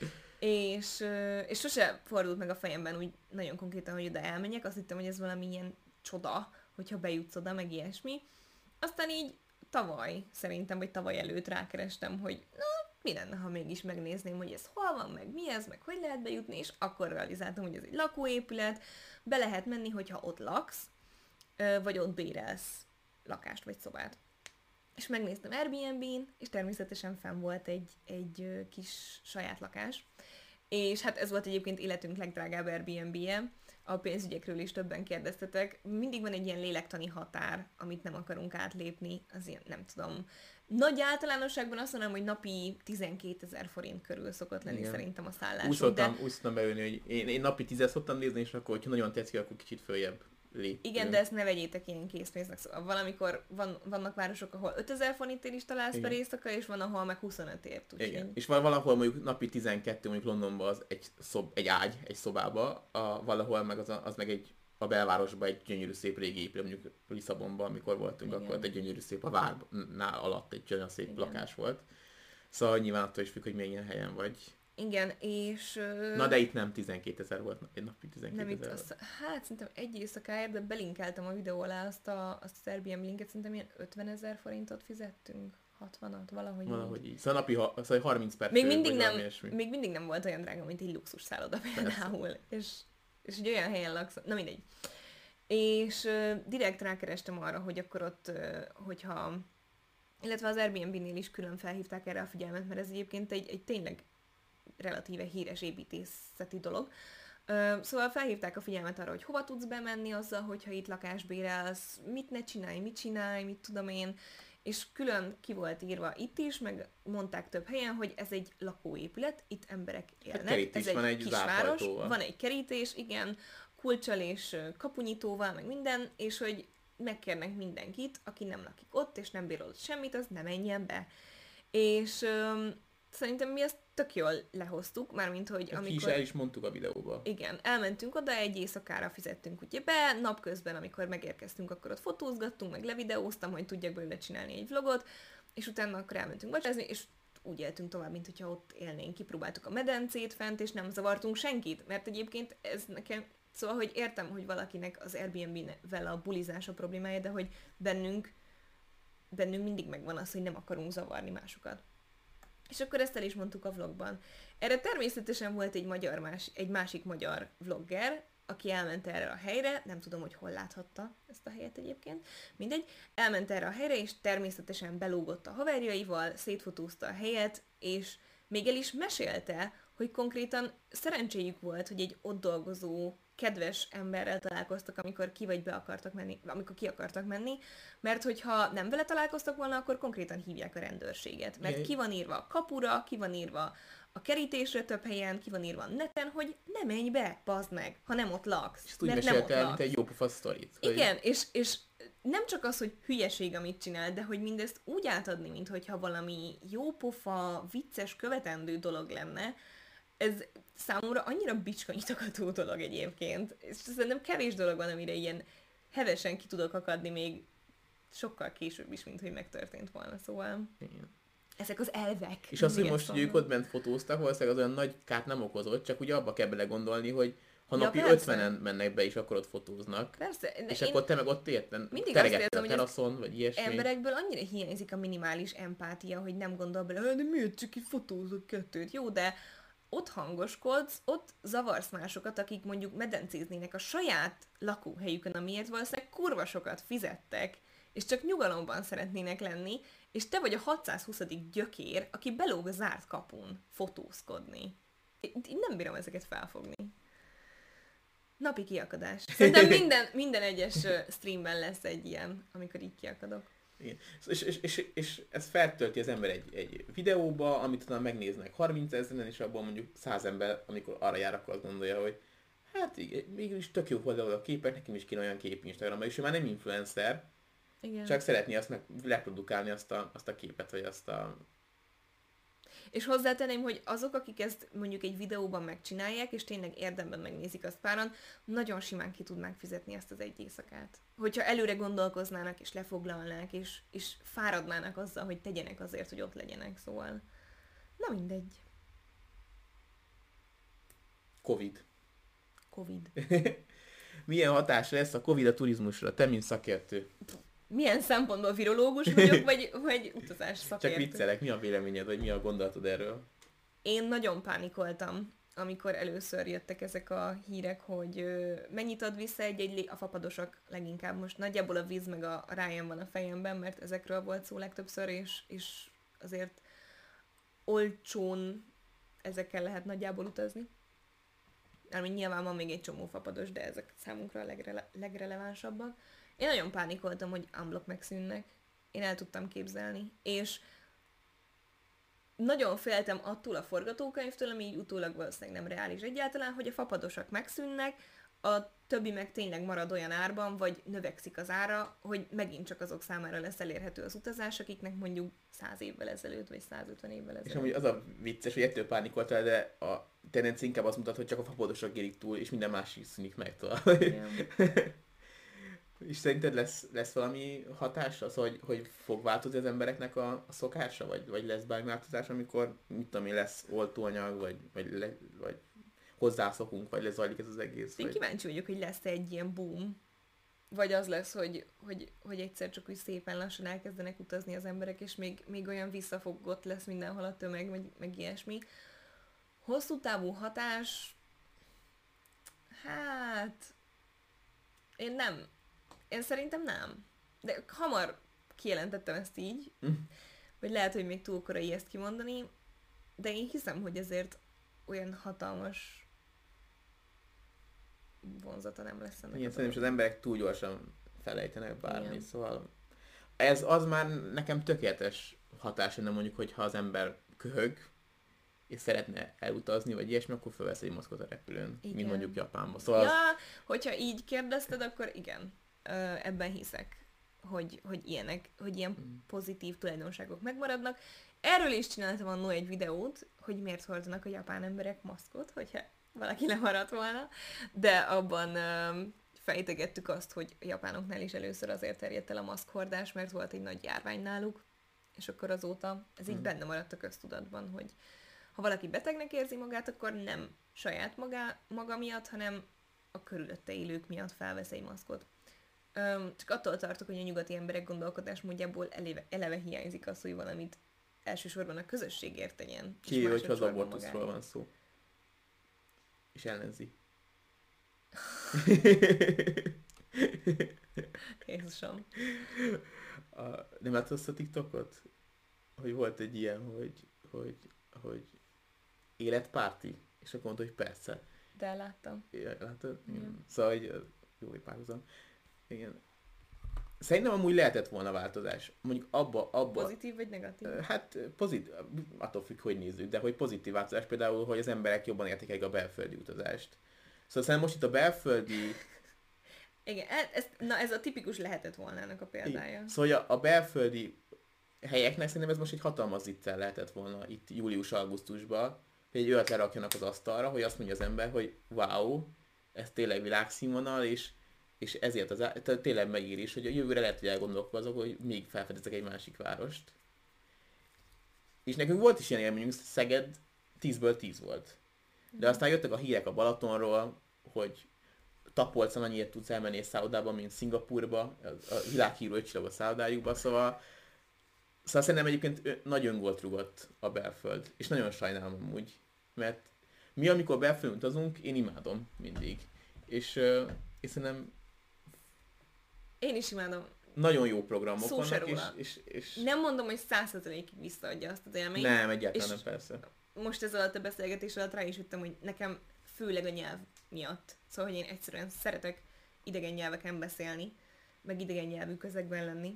És, és sose fordult meg a fejemben úgy nagyon konkrétan, hogy oda elmenjek. Azt hittem, hogy ez valami ilyen csoda, hogyha bejutsz oda, meg ilyesmi. Aztán így tavaly, szerintem, vagy tavaly előtt rákerestem, hogy na, mi lenne, ha mégis megnézném, hogy ez hol van, meg mi ez, meg hogy lehet bejutni, és akkor realizáltam, hogy ez egy lakóépület, be lehet menni, hogyha ott laksz, vagy ott bérelsz lakást, vagy szobát. És megnéztem Airbnb-n, és természetesen fenn volt egy, egy kis saját lakás. És hát ez volt egyébként életünk legdrágább Airbnb-je. A pénzügyekről is többen kérdeztetek. Mindig van egy ilyen lélektani határ, amit nem akarunk átlépni. Az ilyen, nem tudom. Nagy általánosságban azt mondanám, hogy napi tizenkétezer forint körül szokott lenni. Igen. Szerintem a szállásunk. Úgy szoktam, de... úgy szoktam beülni, hogy én, én napi tízet szoktam nézni, és akkor, hogyha nagyon tetszik, akkor kicsit följebb léptünk. Igen, de ezt ne vegyétek ilyen készpénznek. Szóval valamikor van, vannak városok, ahol ötezer forintért is találsz Igen. per éjszaka, és van, ahol meg huszonötért. Úgyhogy... Igen. És van valahol mondjuk napi tizenkettő, mondjuk Londonban az egy, szob, egy ágy, egy szobába, a, valahol meg az, a, az meg egy a belvárosban egy gyönyörű szép régi épület, mondjuk Lisszabonban, amikor voltunk, Igen. akkor ott egy gyönyörű szép, a várnál alatt egy gyönyörű szép Igen. lakás volt. Szóval nyilván attól is függ, hogy milyen helyen vagy. Igen, és... ö, Na de itt nem tizenkétezer volt, egy napi Nem tizenkétezer itt, volt. azt, hát szerintem egy éjszakáért, de belinkeltem a videó alá azt, a, azt az Airbnb linket, szerintem ilyen ötvenezer forintot fizettünk, hatvanat, valahogy, Valahogy így. így. Szóval napi ha, szóval harminc per Még fő, mindig, vagy nem, valami ilyesmi. még mindig nem volt olyan drága, mint egy luxus szálloda például. És, és egy olyan helyen laksz, na mindegy. És uh, direkt rákerestem arra, hogy akkor ott, uh, hogyha, illetve az Airbnb-nél is külön felhívták erre a figyelmet, mert ez egyébként egy, egy tényleg relatíve híres építészeti dolog. Uh, szóval felhívták a figyelmet arra, hogy hova tudsz bemenni azzal, hogyha itt lakást bérelsz, mit ne csinálj, mit csinálj, mit tudom én, és külön ki volt írva itt is, meg mondták több helyen, hogy ez egy lakóépület, itt emberek élnek. kerítés ez van, egy kis zárt város, ajtóval. van egy kerítés, igen, kulccsal és ö, kapunyitóval, meg minden, és hogy megkérnek mindenkit, aki nem lakik ott, és nem bérol ott semmit, az ne menjen be. És öm, szerintem mi ezt tök jól lehoztuk, mármint, hogy Ki is amikor... el is mondtuk a videóban. Igen, elmentünk oda, egy éjszakára fizettünk ugye be, napközben, amikor megérkeztünk, akkor ott fotózgattunk, meg levideóztam, hogy tudjak belőle csinálni egy vlogot, és utána akkor elmentünk vacsorázni, és úgy éltünk tovább, mint hogyha ott élnénk. Kipróbáltuk a medencét fent, és nem zavartunk senkit, mert egyébként ez nekem, szóval, hogy értem, hogy valakinek az Airbnb-vel a bulizás a problémája, de hogy bennünk, bennünk mindig megvan az, hogy nem akarunk zavarni másokat. És akkor ezt el is mondtuk a vlogban. Erre természetesen volt egy magyar más, egy másik magyar vlogger, aki elment erre a helyre, nem tudom, hogy hol láthatta ezt a helyet egyébként, mindegy, elment erre a helyre, és természetesen belógott a haverjaival, szétfotózta a helyet, és még el is mesélte, hogy konkrétan szerencséjük volt, hogy egy ott dolgozó kedves emberrel találkoztak, amikor ki vagy be akartak menni, amikor ki akartak menni, mert hogyha nem vele találkoztak volna, akkor konkrétan hívják a rendőrséget. Mert Igen. ki van írva a kapura, ki van írva a kerítésre több helyen, ki van írva a neten, hogy ne menj be, bazd meg, ha nem ott laksz. És ezt úgy mert nem ott mesélte el, mint laksz. egy jópofa sztorit. hogy- Igen, és, és nem csak az, hogy hülyeség, amit csinál, de hogy mindezt úgy átadni, mintha valami jópofa, vicces, követendő dolog lenne, ez számomra annyira bicskanyitogató dolog egyébként. És szerintem kevés dolog van, amire ilyen hevesen ki tudok akadni még sokkal később is, mint hogy megtörtént volna, szóval Igen. ezek az elvek. És az, hogy mindig most, ezt hogy ők mondom. ott bent fotóztak, valószínűleg az olyan nagy kárt nem okozott, csak ugye abba kell belegondolni, hogy ha Ja, napi persze. ötvenen mennek be, és akkor ott fotóznak. Persze, de És én akkor te meg ott érted, mindig azt teregettél érzem, a hogy ez teraszon, vagy ilyesmi. emberekből annyira hiányzik a minimális empátia, hogy nem gondol bele, "Há, de miért csak itt fotózok kettőt? Jó, de ott hangoskodsz, ott zavarsz másokat, akik mondjuk medencéznének a saját lakóhelyükön, amiért valószínűleg kurva sokat fizettek, és csak nyugalomban szeretnének lenni, és te vagy a hatszázhuszadik gyökér, aki belóg a zárt kapun fotózkodni. Én én nem bírom ezeket felfogni. Napi kiakadás. Szerintem minden, minden egyes ö, streamben lesz egy ilyen, amikor így kiakadok. Igen. És, és, és, és ez feltölti az ember egy, egy videóba, amit utána megnéznek harmincezren, és abból mondjuk száz ember, amikor arra jár, akkor azt gondolja, hogy hát igen, mégis tök jó volt a képek, nekem is kéne olyan kép Instagramra, és ő már nem influencer, Igen. csak szeretné azt meg reprodukálni azt a, azt a képet, vagy azt a... És hozzátenném, hogy azok, akik ezt mondjuk egy videóban megcsinálják, és tényleg érdemben megnézik azt páran, nagyon simán ki tudnák fizetni ezt az egy éjszakát. Hogyha előre gondolkoznának, és lefoglalnák, és, és fáradnának azzal, hogy tegyenek azért, hogy ott legyenek, szóval... Na mindegy. Covid. Covid. Milyen hatása lesz a Covid a turizmusra? Te, mint szakértő. Milyen szempontból virológus vagyok, vagy, vagy utazás szakértő? Csak viccelek, mi a véleményed, vagy mi a gondolatod erről? Én nagyon pánikoltam, amikor először jöttek ezek a hírek, hogy ö, mennyit ad vissza egy-egy lé... a fapadosok leginkább most. Nagyjából a víz meg a Ryan van a fejemben, mert ezekről volt szó legtöbbször, és, és azért olcsón ezekkel lehet nagyjából utazni. Mármint nyilván van még egy csomó fapados, de ezek számunkra a legre- legrelevánsabbak. Én nagyon pánikoltam, hogy unblock megszűnnek. Én el tudtam képzelni. És nagyon féltem attól a forgatókönyvtől, ami így utólag valószínűleg nem reális egyáltalán, hogy a fapadosak megszűnnek, a többi meg tényleg marad olyan árban, vagy növekszik az ára, hogy megint csak azok számára lesz elérhető az utazás, akiknek mondjuk száz évvel ezelőtt, vagy százötven évvel ezelőtt. És amúgy az a vicces, hogy ettől pánikoltál, de a tendencia inkább azt mutat, hogy csak a fapadosok érik túl, és minden más is szűnik meg tovább. És szerinted lesz, lesz valami hatás az, hogy, hogy fog változni az embereknek a, a szokása? Vagy, vagy lesz bármi változás, amikor, mit tudom én, lesz oltóanyag, vagy, vagy, le, vagy hozzászokunk, vagy lezajlik ez az egész? Én vagy... kíváncsi vagyok, hogy lesz egy ilyen boom, vagy az lesz, hogy, hogy, hogy egyszer csak úgy szépen lassan elkezdenek utazni az emberek, és még, még olyan visszafogott lesz mindenhol a tömeg, meg, meg ilyesmi. Hosszú távú hatás, hát én nem. Én szerintem nem. De hamar kijelentettem ezt így, Mm. vagy lehet, hogy még túl korai ezt kimondani, de én hiszem, hogy ezért olyan hatalmas vonzata nem lesz ennek. Igen, a szerintem is az emberek túl gyorsan felejtenek bármi, Igen. szóval ez az már nekem tökéletes hatás lenne, mondjuk, hogyha az ember köhög, és szeretne elutazni, vagy ilyesmi, akkor felvesz egy maszkot a repülőn, Igen. mint mondjuk Japánban. Szóval Ja, az... hogyha így kérdezted, akkor igen, ö, ebben hiszek, hogy, hogy ilyenek, hogy ilyen Mm. pozitív tulajdonságok megmaradnak. Erről is csináltam annó egy videót, hogy miért hordanak a japán emberek maszkot, hogyha valaki lemaradt volna, de abban ö, fejtegettük azt, hogy a japánoknál is először azért terjedt el a maszkhordás, mert volt egy nagy járvány náluk, és akkor azóta ez így Mm. benne maradt a köztudatban, hogy ha valaki betegnek érzi magát, akkor nem saját magá, maga miatt, hanem a körülötte élők miatt felvesz egy maszkot. Öm, csak attól tartok, hogy a nyugati emberek gondolkodásmódjából eleve, eleve hiányzik az, hogy valamit elsősorban a közösségért tegyen. és Ki, hogyha az másodszorban abortuszról magáért. van szó. És ellenzi. Jézusom. A, nem láttad azt a TikTokot? Hogy volt egy ilyen, hogy, hogy, hogy életpárti, és akkor mondta, hogy persze. De láttam. Igen, látod? Igen. Igen. Szóval, hogy az jó, hogy párhuzam. Igen. Szerintem amúgy lehetett volna változás. Mondjuk abba, abba Pozitív vagy negatív? Ö, Hát pozitív, attól függ, hogy nézzük, de hogy pozitív változás például, hogy az emberek jobban értékelik a belföldi utazást. Szóval szerintem most itt a belföldi... Igen, e- ez, na ez a tipikus lehetett volna ennek a példája. Szóval a, a belföldi helyeknek szerintem ez most egy hatalmas ziccel lehetett volna itt július-augusztusban, hogy egy olyat lerakjanak az asztalra, hogy azt mondja az ember, hogy wow, ez tényleg világszínvonal, és, és ezért az á- tehát tényleg megír is, hogy a jövőre lehet, hogy elgondolkozok, hogy még felfedezek egy másik várost. És nekünk volt is ilyen élményünk, Szeged tízből tíz volt. De aztán jöttek a hírek a Balatonról, hogy Tapolcán annyiért tudsz elmenni egy szállodába, mint Szingapurba, a a világhírű ötcsillagos szállodájukba, szóval Szóval szerintem egyébként ö- nagy öngolt rugott a belföld, és nagyon sajnálom amúgy, mert mi, amikor belföldön utazunk, én imádom mindig. És, ö, és szerintem Én is imádom. nagyon jó programok Szó se vannak, és, róla. és, és... Nem mondom, hogy száz százalékig visszaadja azt az élményt. Nem, egyáltalán és- nem, persze. Most ez alatt a beszélgetés alatt rá is jöttem, hogy nekem főleg a nyelv miatt. Szóval, hogy én egyszerűen szeretek idegen nyelveken beszélni, meg idegen nyelvű közegben lenni.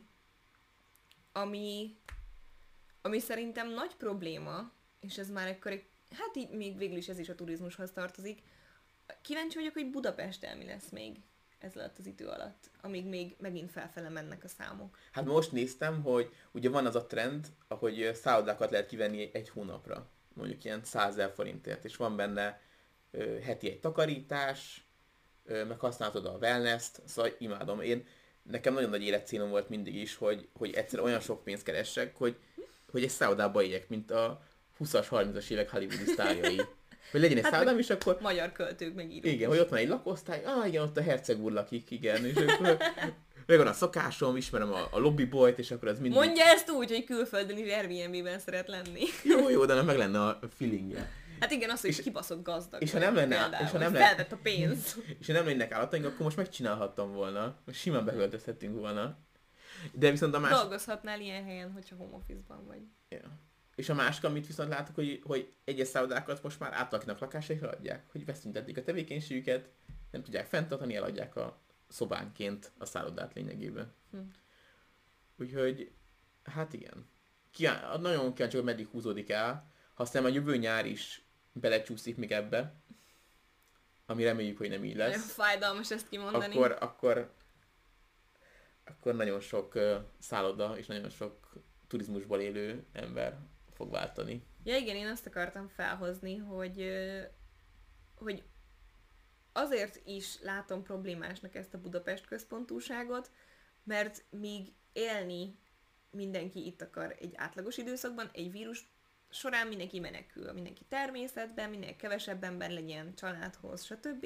Ami, ami szerintem nagy probléma, és ez már ekkor egy, hát így még végül is ez is a turizmushoz tartozik. Kíváncsi vagyok, hogy Budapesten mi lesz még ez alatt az idő alatt, amíg még megint felfele mennek a számok. Hát most néztem, hogy ugye van az a trend, ahogy ö, szállodákat lehet kivenni egy hónapra, mondjuk ilyen százezer forintért, és van benne ö, heti egy takarítás, ö, meg használhatod a wellness-t, szóval imádom. Én, nekem nagyon nagy életcélom volt mindig is, hogy, hogy egyszer olyan sok pénzt keressek, hogy, hogy egy szállodába éljek, mint a húszas, harmincas évek hollywoodi sztárjai. Hogy legyen egy Hát szállodám, meg- és akkor Magyar költők meg írók. igen, hogy ott van egy lakosztály, ah igen, ott a herceg úr lakik, igen, és akkor megvan a szokásom, ismerem a, a lobbyboyt, és akkor az mindig... Mondja ezt úgy, hogy külföldön is Airbnb-ben szeret lenni. Jó, jó, de meg lenne a feelingje. Hát igen, az, hogy És- kibaszott gazdag. és ha vagy nem lenne- például, és ha nem hogy lenne- felvett a pénz. És ha nem lennének állataink, akkor most megcsinálhattam volna. Most simán beköltözhettünk volna. De viszont a másik... Dolgozhatnál ilyen helyen, hogyha home office-ban vagy. Ja. És a másik, amit viszont látok, hogy, hogy egyes szállodákat most már átalakítanak lakásokra adják, hogy beszüntetik a tevékenységüket, nem tudják fenntartani, eladják a szobánként a szállodát lényegében. Hm. Úgyhogy, hát igen. Kiá- nagyon kíváncsi, hogy meddig húzódik el. Ha aztán a jövő nyár is belecsúszik még ebbe, ami reméljük, hogy nem így Nagyon lesz, fájdalmas ezt kimondani. akkor, akkor, akkor nagyon sok uh, szálloda és nagyon sok turizmusból élő ember fog váltani. Ja igen, én azt akartam felhozni, hogy, ö, hogy azért is látom problémásnak ezt a Budapest központúságot, mert míg élni mindenki itt akar egy átlagos időszakban, egy vírus során mindenki menekül, mindenki természetben, minél kevesebbenben legyen családhoz, stb.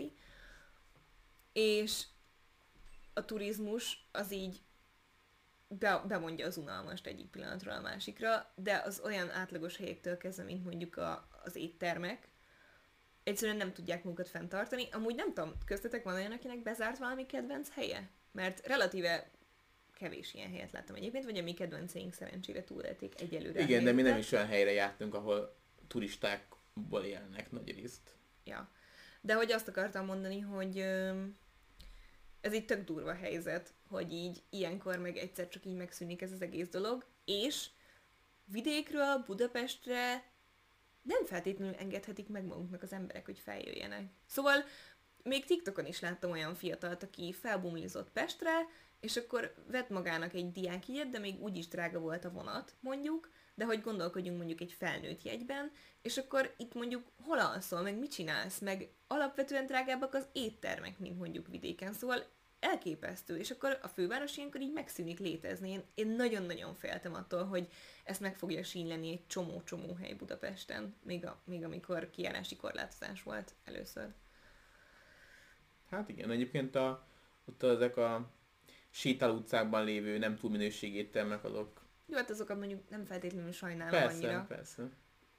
És a turizmus az így be, bemondja az unalmast egyik pillanatról a másikra, de az olyan átlagos helyektől kezdve, mint mondjuk a, az éttermek, egyszerűen nem tudják magukat fenntartani. Amúgy nem tudom, köztetek van olyan, akinek bezárt valami kedvenc helye? Mert relatíve kevés ilyen helyet láttam egyébként, vagy a mi kedvenceink szerencsére túlélték egyelőre. Igen, de mi nem is olyan helyre jártunk, ahol turistákból élnek nagy részt. Ja. De hogy azt akartam mondani, hogy ö, ez egy tök durva helyzet, hogy így ilyenkor meg egyszer csak így megszűnik ez az egész dolog, és vidékről Budapestre nem feltétlenül engedhetik meg magunknak az emberek, hogy feljöjjenek. Szóval még TikTokon is láttam olyan fiatalt, aki felbumlizott Pestre, és akkor vett magának egy diákjegyet, de még úgyis drága volt a vonat, mondjuk, de hogy gondolkodjunk mondjuk egy felnőtt jegyben, és akkor itt mondjuk hol alszol, meg mit csinálsz, meg alapvetően drágábbak az éttermek, mint mondjuk vidéken, szóval elképesztő, és akkor a főváros ilyenkor így megszűnik létezni. Én, én nagyon-nagyon féltem attól, hogy ezt meg fogja sínyleni egy csomó-csomó hely Budapesten, még, a, még amikor kijárási korlátozás volt először. Hát igen, egyébként a, ott ezek a sétáló utcákban lévő nem túl minőségi éttermek azok. Jó, hát azokat mondjuk nem feltétlenül sajnálom Persze, annyira. persze.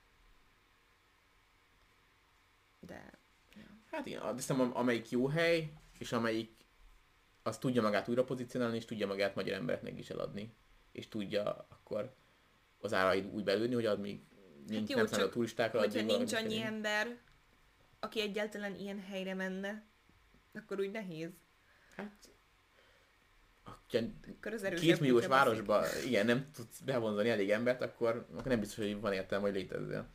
De... Ja. Hát igen, azt hiszem, amelyik jó hely, és amelyik az tudja magát újra pozícionálni, és tudja magát magyar embereknek is eladni. És tudja akkor az áraid úgy belőni, hogy ad még nincs, jó, nem számít a turistákra. hogyha nincs annyi kellene. ember, aki egyáltalán ilyen helyre menne, akkor úgy nehéz. Hát... Akkor az erősebb Két milliós kutya városba igen, nem tudsz bevonzani elég embert, akkor, akkor nem biztos, hogy van értelme, hogy létezzél.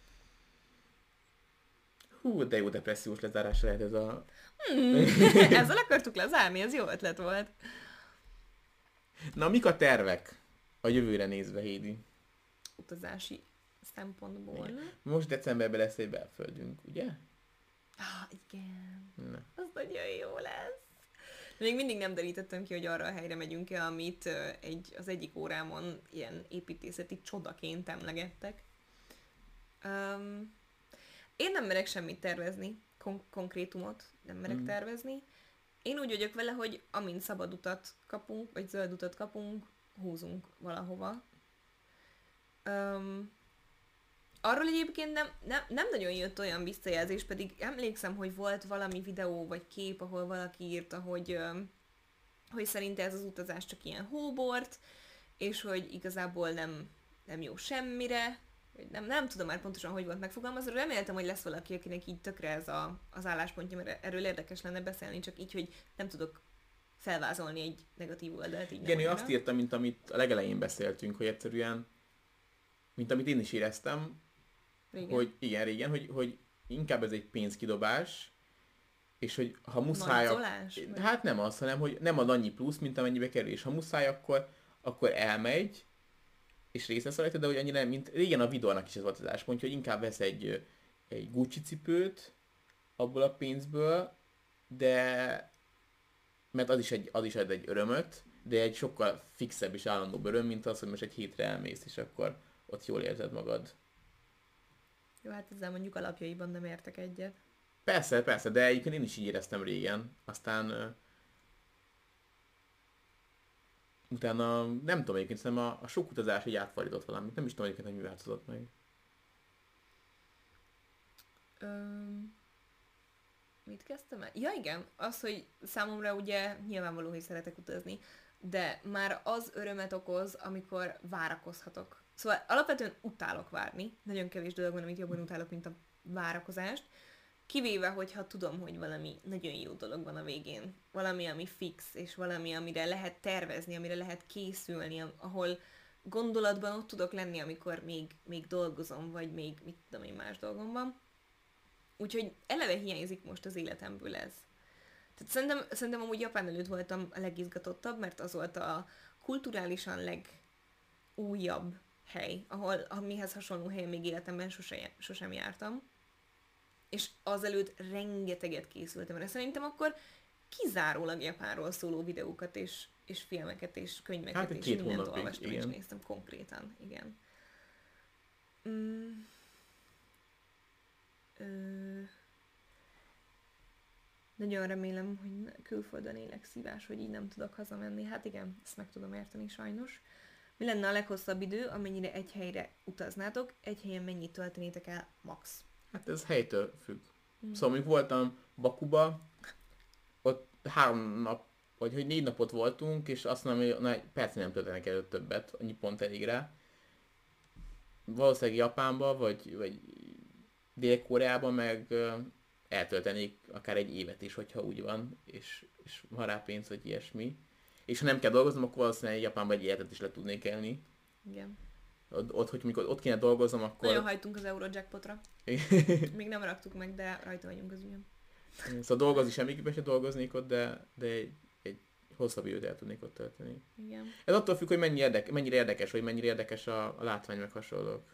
Hú, de jó depressziós lezárás lehet ez a... Hmm, ezzel akartuk lezárni, ez jó ötlet volt. Na, mik a tervek a jövőre nézve, Hédi? Utazási szempontból. Igen. Most decemberben lesz egy belföldünk, ugye? Ah, igen. Na. Az nagyon jó lesz. De még mindig nem derítettem ki, hogy arra a helyre megyünk-e, amit ö, egy, az egyik órámon ilyen építészeti csodaként emlegettek. Um, én nem merek semmit tervezni, kon- konkrétumot nem merek Mm. tervezni. Én úgy vagyok vele, hogy amint szabad utat kapunk, vagy zöld utat kapunk, húzunk valahova. Um, arról egyébként nem, nem, nem nagyon jött olyan visszajelzés, pedig emlékszem, hogy volt valami videó vagy kép, ahol valaki írta, hogy, öm, hogy szerinte ez az utazás csak ilyen hóbort, és hogy igazából nem, nem jó semmire, vagy nem, nem tudom már pontosan, hogy volt megfogalmazva, reméltem, hogy lesz valaki, akinek így tökre ez a, az álláspontja, mert erről érdekes lenne beszélni, csak így, hogy nem tudok felvázolni egy negatív oldalt. Így Igen, ő annyira. azt írta, mint amit a legelején beszéltünk, hogy egyszerűen, mint amit én is éreztem, Régen. hogy igen, régen, hogy, hogy inkább ez egy pénzkidobás, és hogy ha muszáj... Nagyzolás, vagy? Hát nem az, hanem hogy nem ad annyi plusz, mint amennyibe kerül, és ha muszáj, akkor, akkor elmegy, és részt vesz rajta, de hogy annyira nem, mint régen a Vidornak is ez volt az álláspontja, hogy inkább vesz egy, egy Gucci cipőt abból a pénzből, de mert az is, egy, az is ad egy örömöt, de egy sokkal fixebb és állandóbb öröm, mint az, hogy most egy hétre elmész, és akkor ott jól érzed magad. Jó, hát ezzel mondjuk alapjaiban nem értek egyet. Persze, persze, de egyébként én is így éreztem régen. Aztán uh, utána, nem tudom egyébként, szerintem a, a sok utazás így átfordított valamit. Nem is tudom egyébként, hogy mi változott meg. Öm, mit kezdtem el? Ja igen, az, hogy számomra ugye nyilvánvaló, hogy szeretek utazni, de már az örömet okoz, amikor várakozhatok. Szóval alapvetően utálok várni. Nagyon kevés dolog van, amit jobban utálok, mint a várakozást. Kivéve, hogyha tudom, hogy valami nagyon jó dolog van a végén. Valami, ami fix, és valami, amire lehet tervezni, amire lehet készülni, ahol gondolatban ott tudok lenni, amikor még, még dolgozom, vagy még mit tudom én más dolgom van. Úgyhogy eleve hiányzik most az életemből ez. Tehát szerintem, szerintem amúgy Japán előtt voltam a legizgatottabb, mert az volt a kulturálisan legújabb hely, ahol amihez hasonló helyen még életemben sose, sosem jártam. És azelőtt rengeteget készültem, mert szerintem akkor kizárólag Japánról szóló videókat és, és filmeket és könyveket Hát, és két mindent hónapig, olvastam igen. és néztem konkrétan, igen. Mm. Ö... Nagyon remélem, hogy külföldön élek szívás, hogy így nem tudok hazamenni. Hát igen, ezt meg tudom érteni sajnos. Mi lenne a leghosszabb idő, amennyire egy helyre utaznátok? Egy helyen mennyit töltenétek el max? Hát ez helytől függ. Mm. Szóval mondjuk voltam Bakuba, ott három nap, vagy hogy négy napot voltunk, és azt mondom, hogy na, egy percen nem töltenek el többet, annyi pont elég rá. Valószínűleg Japánba, vagy, vagy Dél-Koreában meg ö, eltöltenék akár egy évet is, hogyha úgy van, és, és van rá pénz, vagy ilyesmi. És ha nem kell dolgoznom, akkor valószínűleg Japánban egy életet is le tudnék élni. Igen. Ott, ott, hogy mikor ott kéne dolgoznom, akkor... Nagyon hajtunk az Eurojackpotra. Még nem raktuk meg, de rajta vagyunk az ügyön. Szóval dolgozni semmiképpen sem dolgoznék ott, de, de egy, egy hosszabb időt el tudnék ott tölteni. Igen. Ez attól függ, hogy mennyi érdek, mennyire érdekes, vagy mennyire érdekes a, a látvány meg hasonlók.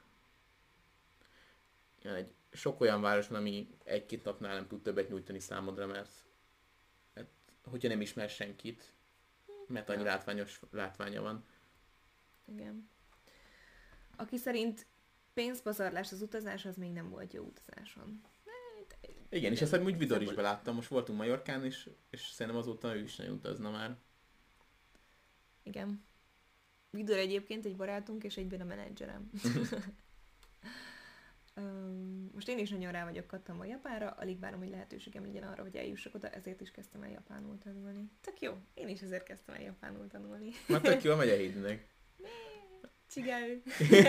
Ja, egy sok olyan város van, ami egy-két napnál nem tud többet nyújtani számodra, mert, mert hogyha nem ismer senkit, mert annyi látványos látványa van. Igen. Aki szerint pénzpazarlás az utazás, az még nem volt jó utazáson. Igen, és ezt úgy Vidor is beláttam, most voltunk Majorkán is, és szerintem azóta ő is nagyon utazna már. Igen. Vidor egyébként egy barátunk, és egyben a menedzserem. um, most én is nagyon rá vagyok kattam a Japánra, alig várom, hogy lehetőségem legyen arra, hogy eljussak oda, ezért is kezdtem el japánul tanulni. Tök jó, én is ezért kezdtem el japánul tanulni. Már tök jól megy a hídnek. Csigálj!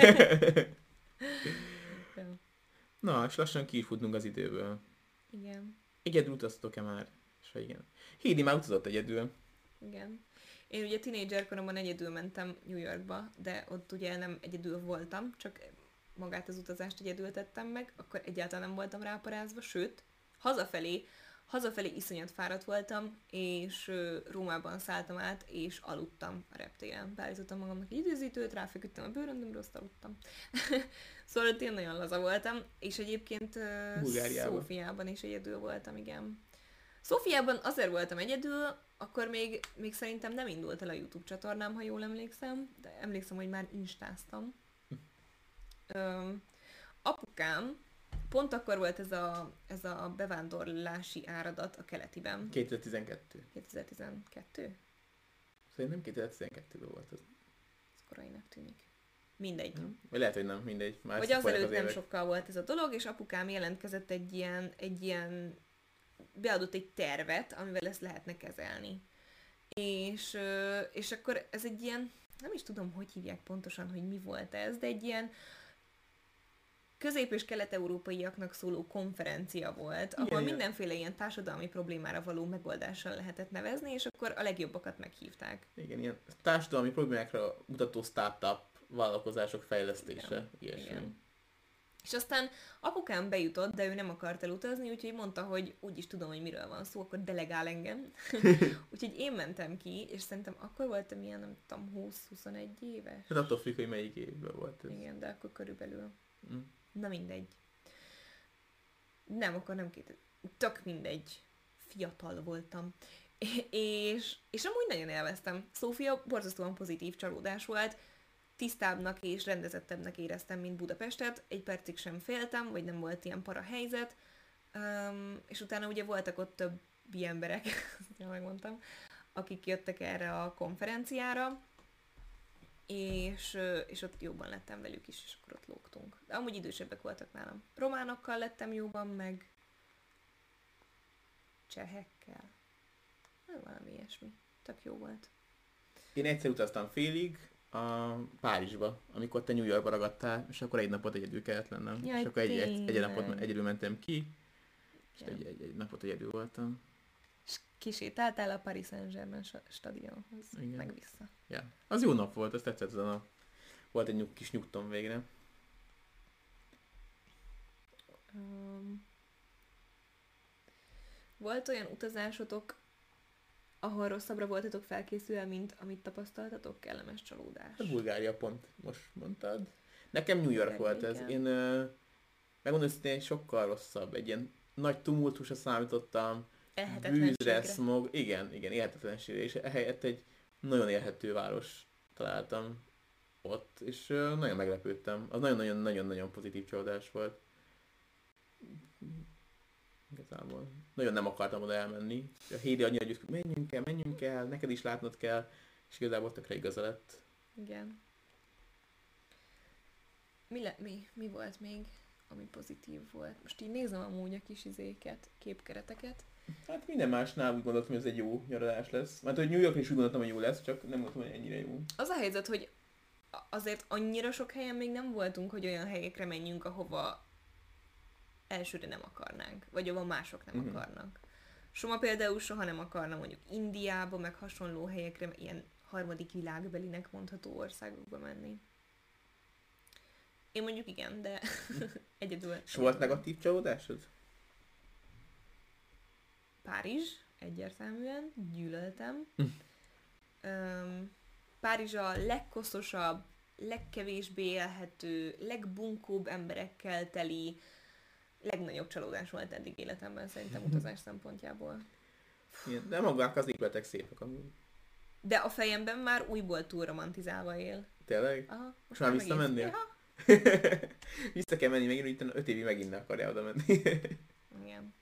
Na, és lassan ki is futnunk az időből. Igen. Egyedül utaztatok-e már? És ha igen. Hédi már utazott egyedül. Igen. Én ugye tínédzser koromban egyedül mentem New Yorkba, de ott ugye nem egyedül voltam, csak magát az utazást egyedül tettem meg, akkor egyáltalán nem voltam ráparázva, sőt, hazafelé, hazafelé iszonyat fáradt voltam, és ö, Rómában szálltam át, és aludtam a reptéren. Beállítottam magamnak egy időzítőt, ráfeküdtem a bőröndömre, azt aludtam. Szóval ott én nagyon laza voltam, és egyébként ö, Bulgáriában. Szófiában is egyedül voltam, igen. Szófiában azért voltam egyedül, akkor még, még szerintem nem indult el a YouTube csatornám, ha jól emlékszem, de emlékszem, hogy már instáztam. Ö, apukám, pont akkor volt ez a, ez a bevándorlási áradat a keletiben. kétezer-tizenkettő. kétezer-tizenkettő? Szerintem kétezer-tizenkettőben volt az. Ez korainak tűnik. Mindegy. Hm? Vagy lehet, hogy nem, mindegy. Már Vagy azelőtt nem sokkal volt ez a dolog, és apukám jelentkezett egy ilyen, egy ilyen, beadott egy tervet, amivel ezt lehetne kezelni. És, ö, és akkor ez egy ilyen, nem is tudom, hogy hívják pontosan, hogy mi volt ez, de egy ilyen közép- és kelet-európaiaknak szóló konferencia volt, ahol Igen, mindenféle ilyen társadalmi problémára való megoldással lehetett nevezni, és akkor a legjobbakat meghívták. Igen, ilyen társadalmi problémákra mutató startup vállalkozások fejlesztése, Igen, ilyesmi. igen. És aztán apukám bejutott, de ő nem akart elutazni, úgyhogy mondta, hogy úgyis tudom, hogy miről van szó, akkor delegál engem. Úgyhogy én mentem ki, és szerintem akkor voltam ilyen, nem tudom, húsz-huszonegy éves. Hát attól függ, hogy melyik évben volt ez. Igen, de akkor körülbelül. Mm. Na mindegy. Nem, akkor nem két. Tök mindegy. Fiatal voltam. És, és amúgy nagyon élveztem. Szófia borzasztóan pozitív csalódás volt. Tisztábbnak és rendezettebbnek éreztem, mint Budapestet. Egy percig sem féltem, vagy nem volt ilyen para helyzet. Um, és utána ugye voltak ott többi emberek, azt megmondtam, akik jöttek erre a konferenciára. És, és ott jóban lettem velük is, és akkor ott lógtunk. De amúgy idősebbek voltak nálam. Románokkal lettem jóban, meg csehekkel. Nem, valami ilyesmi. Tök jó volt. Én egyszer utaztam félig a Párizsba, amikor te New Yorkba ragadtál, és akkor egy napot egyedül kellett lennem. Jaj, és akkor egy, egy, egy tényleg. napot egyedül mentem ki, és Ja. egy, egy, egy napot egyedül voltam. És kisétáltál a Paris Saint-Germain stadionhoz, Igen. meg vissza. Ja. Az jó nap volt, az tetszett az a nap. Volt egy nyug, kis nyugtom végre. Um, Volt olyan utazásotok, ahol rosszabbra voltatok felkészülve, mint amit tapasztaltatok? Kellemes csalódás. A Bulgária pont, most mondtad. Nekem New York volt ez. Én uh, megmondom őszintén, sokkal rosszabb. Egy ilyen nagy tumultusra számítottam. Bűzre, smog. Igen, igen, élhetetlenségre. És ehelyett egy nagyon élhető város találtam ott. És uh, nagyon meglepődtem. Az nagyon-nagyon-nagyon pozitív csalódás volt. Igazából. Nagyon nem akartam oda elmenni. A Hédi annyira győzköd, menjünk el, menjünk el, neked is látnod kell. És igazából tökre igaza lett. Igen. Mi, le, mi, mi volt még, ami pozitív volt? Most így nézem amúgy a kis izéket, képkereteket. Hát minden másnál úgy gondoltam, hogy ez egy jó nyaralás lesz. Mert hogy New York is úgy gondoltam, hogy jó lesz, csak nem gondoltam, hogy ennyire jó. Az a helyzet, hogy azért annyira sok helyen még nem voltunk, hogy olyan helyekre menjünk, ahova elsőre nem akarnánk, vagy ahova mások nem uh-huh. akarnak. Soma például soha nem akarna mondjuk Indiába, meg hasonló helyekre, ilyen harmadik világbelinek mondható országokba menni. Én mondjuk igen, de egyedül... És volt negatív csalódásod? Párizs, egyértelműen, gyűlöltem. um, Párizs a legkoszosabb, legkevésbé élhető, legbunkóbb emberekkel teli, legnagyobb csalódás volt eddig életemben szerintem utazás szempontjából. Igen, de magák az épületek szépek amúgy. De a fejemben már újból túl romantizálva él. Tényleg? Aha. Most már visszamennél? Vissza kell menni, megint utána öt évig megint ne akarja oda menni. Igen.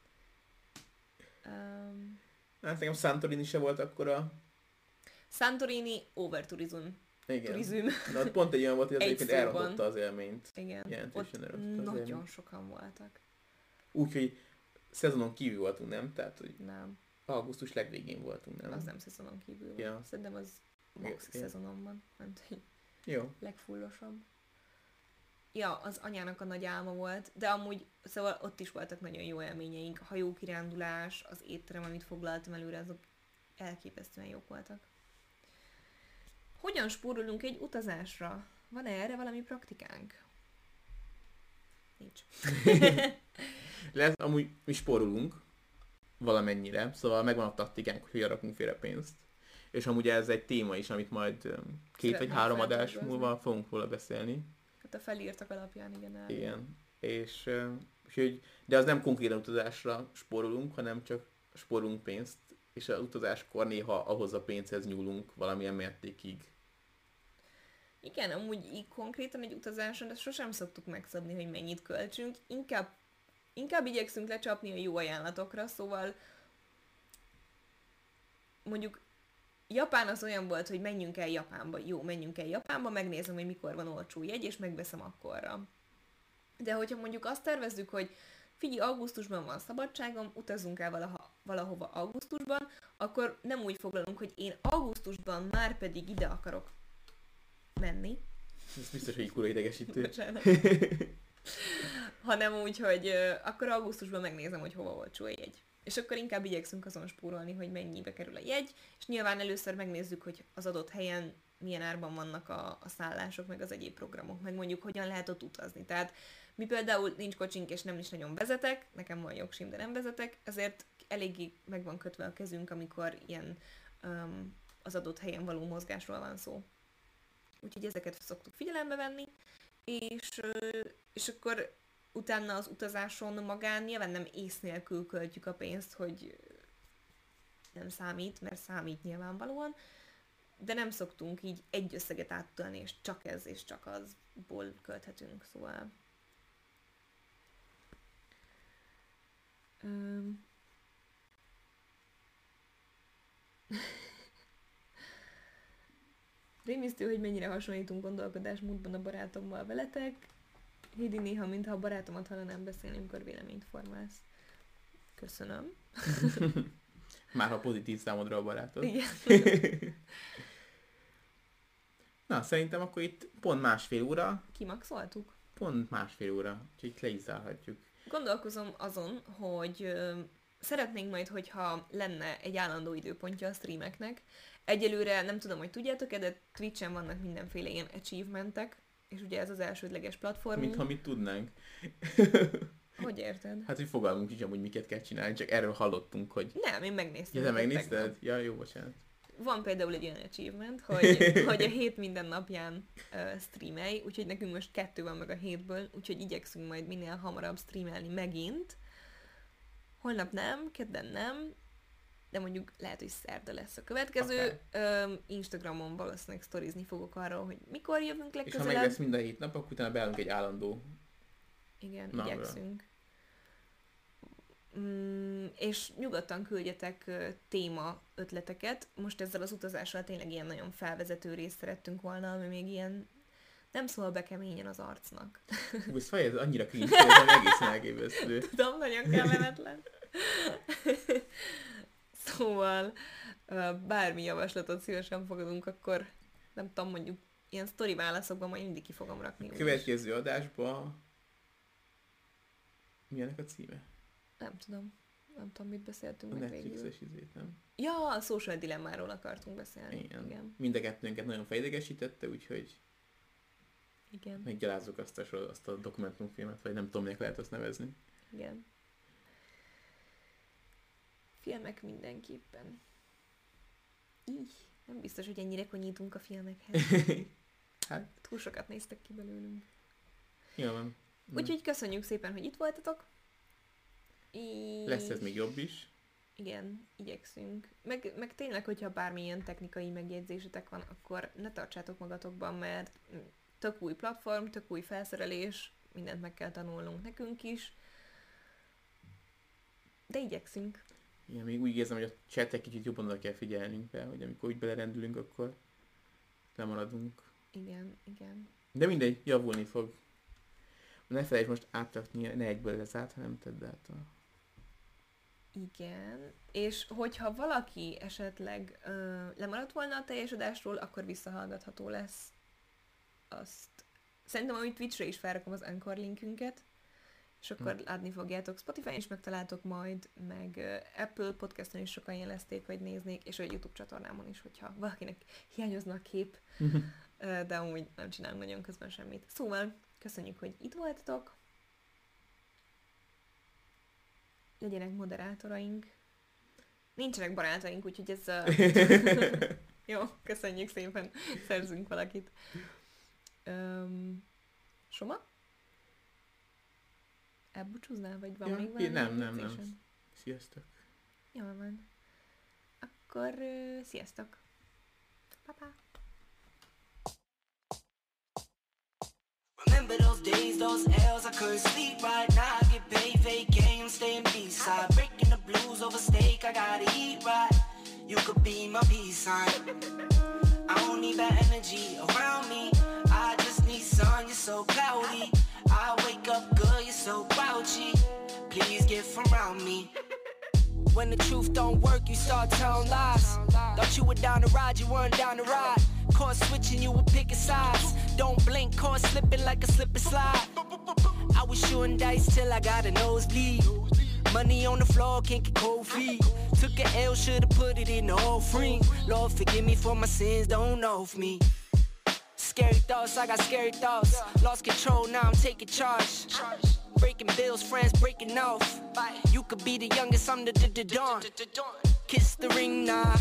Um, hát nekem Santorini se volt akkora. Santorini overturizm. Igen. Turizm. Na, ott pont egy olyan volt, hogy az egyébként elrontotta az élményt. Igen. Ott nagyon élményt. Sokan voltak. Úgyhogy szezonon kívül voltunk, nem? Tehát, hogy nem. Augusztus legvégén voltunk, nem? Az nem szezonon kívül volt. Ja. Szerintem az max ja. szezonomban. Jó. Legfullosabb. Ja, az anyának a nagy álma volt, de amúgy, szóval ott is voltak nagyon jó élményeink. A hajókirándulás, az étterem, amit foglaltam előre, azok elképesztően jók voltak. Hogyan spórolunk egy utazásra? Van-e erre valami praktikánk? Nincs. Lesz, amúgy mi spórolunk valamennyire, szóval megvan a taktikánk, hogy rakunk félre pénzt. És amúgy ez egy téma is, amit majd két Szeretném vagy három adás múlva fogunk róla beszélni. Hát a felírtak alapján igen el. Igen. És, és, de az nem konkrétan utazásra spórolunk, hanem csak spórolunk pénzt, és az utazáskor néha ahhoz a pénzhez nyúlunk valamilyen mértékig. Igen, amúgy így konkrétan egy utazáson ezt sosem szoktuk megszabni, hogy mennyit költsünk, inkább, inkább igyekszünk lecsapni a jó ajánlatokra, szóval mondjuk Japán az olyan volt, hogy menjünk el Japánba, jó, menjünk el Japánba, megnézem, hogy mikor van olcsó jegy, és megveszem akkorra. De hogyha mondjuk azt tervezzük, hogy figyelj, augusztusban van szabadságom, utazunk el valaha, valahova augusztusban, akkor nem úgy foglalunk, hogy én augusztusban már pedig ide akarok menni. Ez biztos, hogy kurva idegesítő. Hanem úgy, hogy uh, akkor augusztusban megnézem, hogy hova olcsó a jegy. És akkor inkább igyekszünk azon spórolni, hogy mennyibe kerül a jegy, és nyilván először megnézzük, hogy az adott helyen milyen árban vannak a, a szállások, meg az egyéb programok, meg mondjuk hogyan lehet ott utazni. Tehát mi például nincs kocsink, és nem is nagyon vezetek, nekem van jogsim, de nem vezetek, ezért eléggé meg van kötve a kezünk, amikor ilyen um, az adott helyen való mozgásról van szó. Úgyhogy ezeket szoktuk figyelembe venni, és, és akkor utána az utazáson magán nyilván nem ész nélkül költjük a pénzt, hogy nem számít, mert számít nyilvánvalóan, de nem szoktunk így egy összeget átutalni, és csak ez, és csak azból költhetünk, szóval... Um... Rémisztő, hogy mennyire hasonlítunk gondolkodásmódban a barátommal veletek. Hédi néha, mintha a barátomat hallanám beszélni, amikor véleményt formálsz. Köszönöm. Már ha pozitív számodra a barátod. Igen. Na, szerintem akkor itt pont másfél óra. Kimaxoltuk? Pont másfél óra, úgyhogy itt le is zárhatjuk. Gondolkozom azon, hogy ö, szeretnénk majd, hogyha lenne egy állandó időpontja a streameknek. Egyelőre nem tudom, hogy tudjátok-e, de Twitchen vannak mindenféle ilyen achievementek, és ugye ez az elsődleges platformunk. Mintha mit tudnánk. Hogy érted? Hát, hogy fogalmunk is amúgy miket kell csinálni, csak erről hallottunk, hogy... Nem, én megnéztem. Ja, te őket megnézted? tegnap. Ja, jó, bocsánat. Van például egy olyan achievement, hogy, hogy a hét minden napján uh, streamelj, úgyhogy nekünk most kettő van meg a hétből, úgyhogy igyekszünk majd minél hamarabb streamelni megint. Holnap nem, kedden nem, de mondjuk lehet, hogy szerda lesz a következő. Okay. Instagramon valószínűleg sztorizni fogok arról, hogy mikor jövünk legközelebb. És ha meg lesz minden hét nap, akkor utána beállunk egy állandó Igen, napra. igyekszünk. Mm, és nyugodtan küldjetek uh, téma ötleteket. Most ezzel az utazással tényleg ilyen nagyon felvezető részt szerettünk volna, ami még ilyen nem szól be keményen az arcnak. Hú, ez faj, ez annyira cringe, ez ami egészen elképesztő. Tudom, nagyon kellemetlen. Szóval uh, bármi javaslatot szívesen fogadunk, akkor nem tudom, mondjuk ilyen sztori válaszokban majd mindig ki fogom rakni. Következő adásban mi ennek a címe? Nem tudom. Nem tudom, mit beszéltünk A meg végül. Netflixes izét, nem? Ja, a Social Dilemmáról akartunk beszélni. Igen. Igen. Mind a kettőnket nagyon fejlegesítette, úgyhogy Igen. meggyalázzuk azt a, sor- azt a dokumentumfilmet, vagy nem tudom, minek lehet azt nevezni. Igen. Filmek mindenképpen. Így. Nem biztos, hogy ennyire konyítunk a filmekhez. Hát, Túl sokat néztek ki belőlünk. jó van. Úgyhogy köszönjük szépen, hogy itt voltatok. És... Lesz ez még jobb is. Igen, igyekszünk. Meg, meg tényleg, hogyha bármilyen technikai megjegyzésetek van, akkor ne tartsátok magatokban, mert tök új platform, tök új felszerelés, mindent meg kell tanulnunk nekünk is. De igyekszünk. Igen, még úgy érzem, hogy a chat-ek kicsit jobban oda kell figyelnünk rá, hogy amikor úgy belerendülünk, akkor lemaradunk. Igen, igen. De mindegy, javulni fog. Ne felejtsd most átrakni, ne egyből lezárt, hanem tedd át a... Igen, és hogyha valaki esetleg ö, lemaradt volna a teljes adásról, akkor visszahallgatható lesz. Azt szerintem, amit Twitchre is felrakom az Anchor linkünket, és akkor hmm. látni fogjátok. Spotify-on is megtaláltok majd, meg ö, Apple Podcaston is sokan jelezték, hogy néznék, és a YouTube csatornámon is, hogyha valakinek hiányozna a kép, ö, de amúgy nem csinálunk nagyon közben semmit. Szóval köszönjük, hogy itt voltatok. Legyenek moderátoraink. Nincsenek barátaink, úgyhogy ez... Uh... Jó, köszönjük szépen. Szerzünk valakit. Um, Soma? Elbúcsúznál, vagy van ja, még valami? Nem, nem, nem. Sziasztok. Jól van. Akkor uh, sziasztok. Pa-pa. Remember those days, those L's, I couldn't sleep right now. I get paid, fake game, staying B-side. Breaking the blues over steak, I gotta eat right. You could be my peace sign. I don't need that energy around me. I just need sun, you're so cloudy. I wake up good, you're so grouchy. Please get from around me. When the truth don't work, you start telling lies. Thought you were down to ride, you weren't down to ride. Caught switching, you were picking sides. Don't blink, caught slipping like a slip and slide. I was shooting dice till I got a nosebleed. Money on the floor, can't get cold feet. Took a L, should've put it in the offering. Lord, forgive me for my sins, don't know of me. Scary thoughts, I got scary thoughts. Lost control, now I'm taking charge. Breaking bills, friends breaking off. You could be the youngest, I'm the d-d-dawn. Kiss the ring, nah.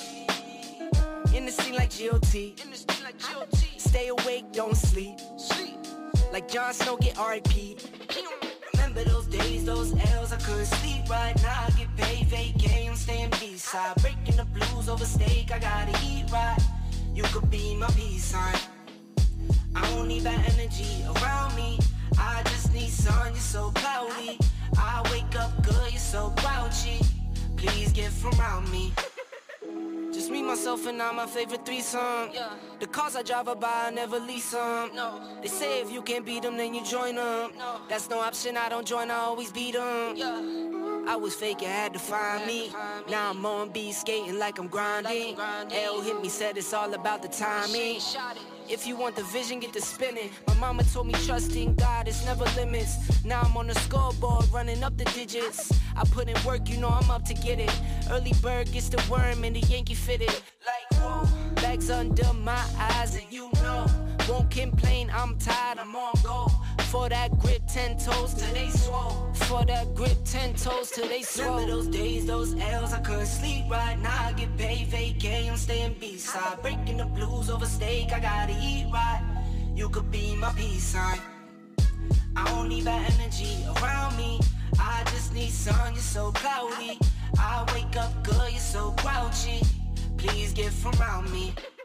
In the scene like G O T. Stay awake, don't sleep. Like Jon Snow, get R I P. Remember those days, those L's, I couldn't sleep right now. I get paid, fake game, staying B-side. Breaking the blues over steak, I gotta eat right. You could be my peace sign. I don't need that energy around me. I just need sun, you're so cloudy. I wake up good, you're so grouchy. Please get from around me. Just me, myself, and I, my favorite threesome. Yeah. The cars I drive by, I never lease them. No. They say if you can't beat them, then you join them. No. That's no option, I don't join, I always beat them. Yeah. I was fake, I had to find had me. To find me. Now I'm on B, skating like I'm grinding. Like I'm grinding. L hit me, said it's all about the timing. If you want the vision, get to spinning. My mama told me trust in God, it's never limits. Now I'm on the scoreboard, running up the digits. I put in work, you know I'm up to get it. Early bird gets the worm and the Yankee fitted. Like, whoa, bags under my eyes and you know. Won't complain, I'm tired, I'm on go. For that grip, ten toes till they swole. For that grip, ten toes till they swole. Remember those days, those L's, I couldn't sleep right. Now I get paid, vacay, I'm staying B-side. Breaking the blues over steak, I gotta eat right. You could be my peace sign. I don't need that energy around me. I just need sun, you're so cloudy. I wake up good, you're so grouchy. Please get from around me.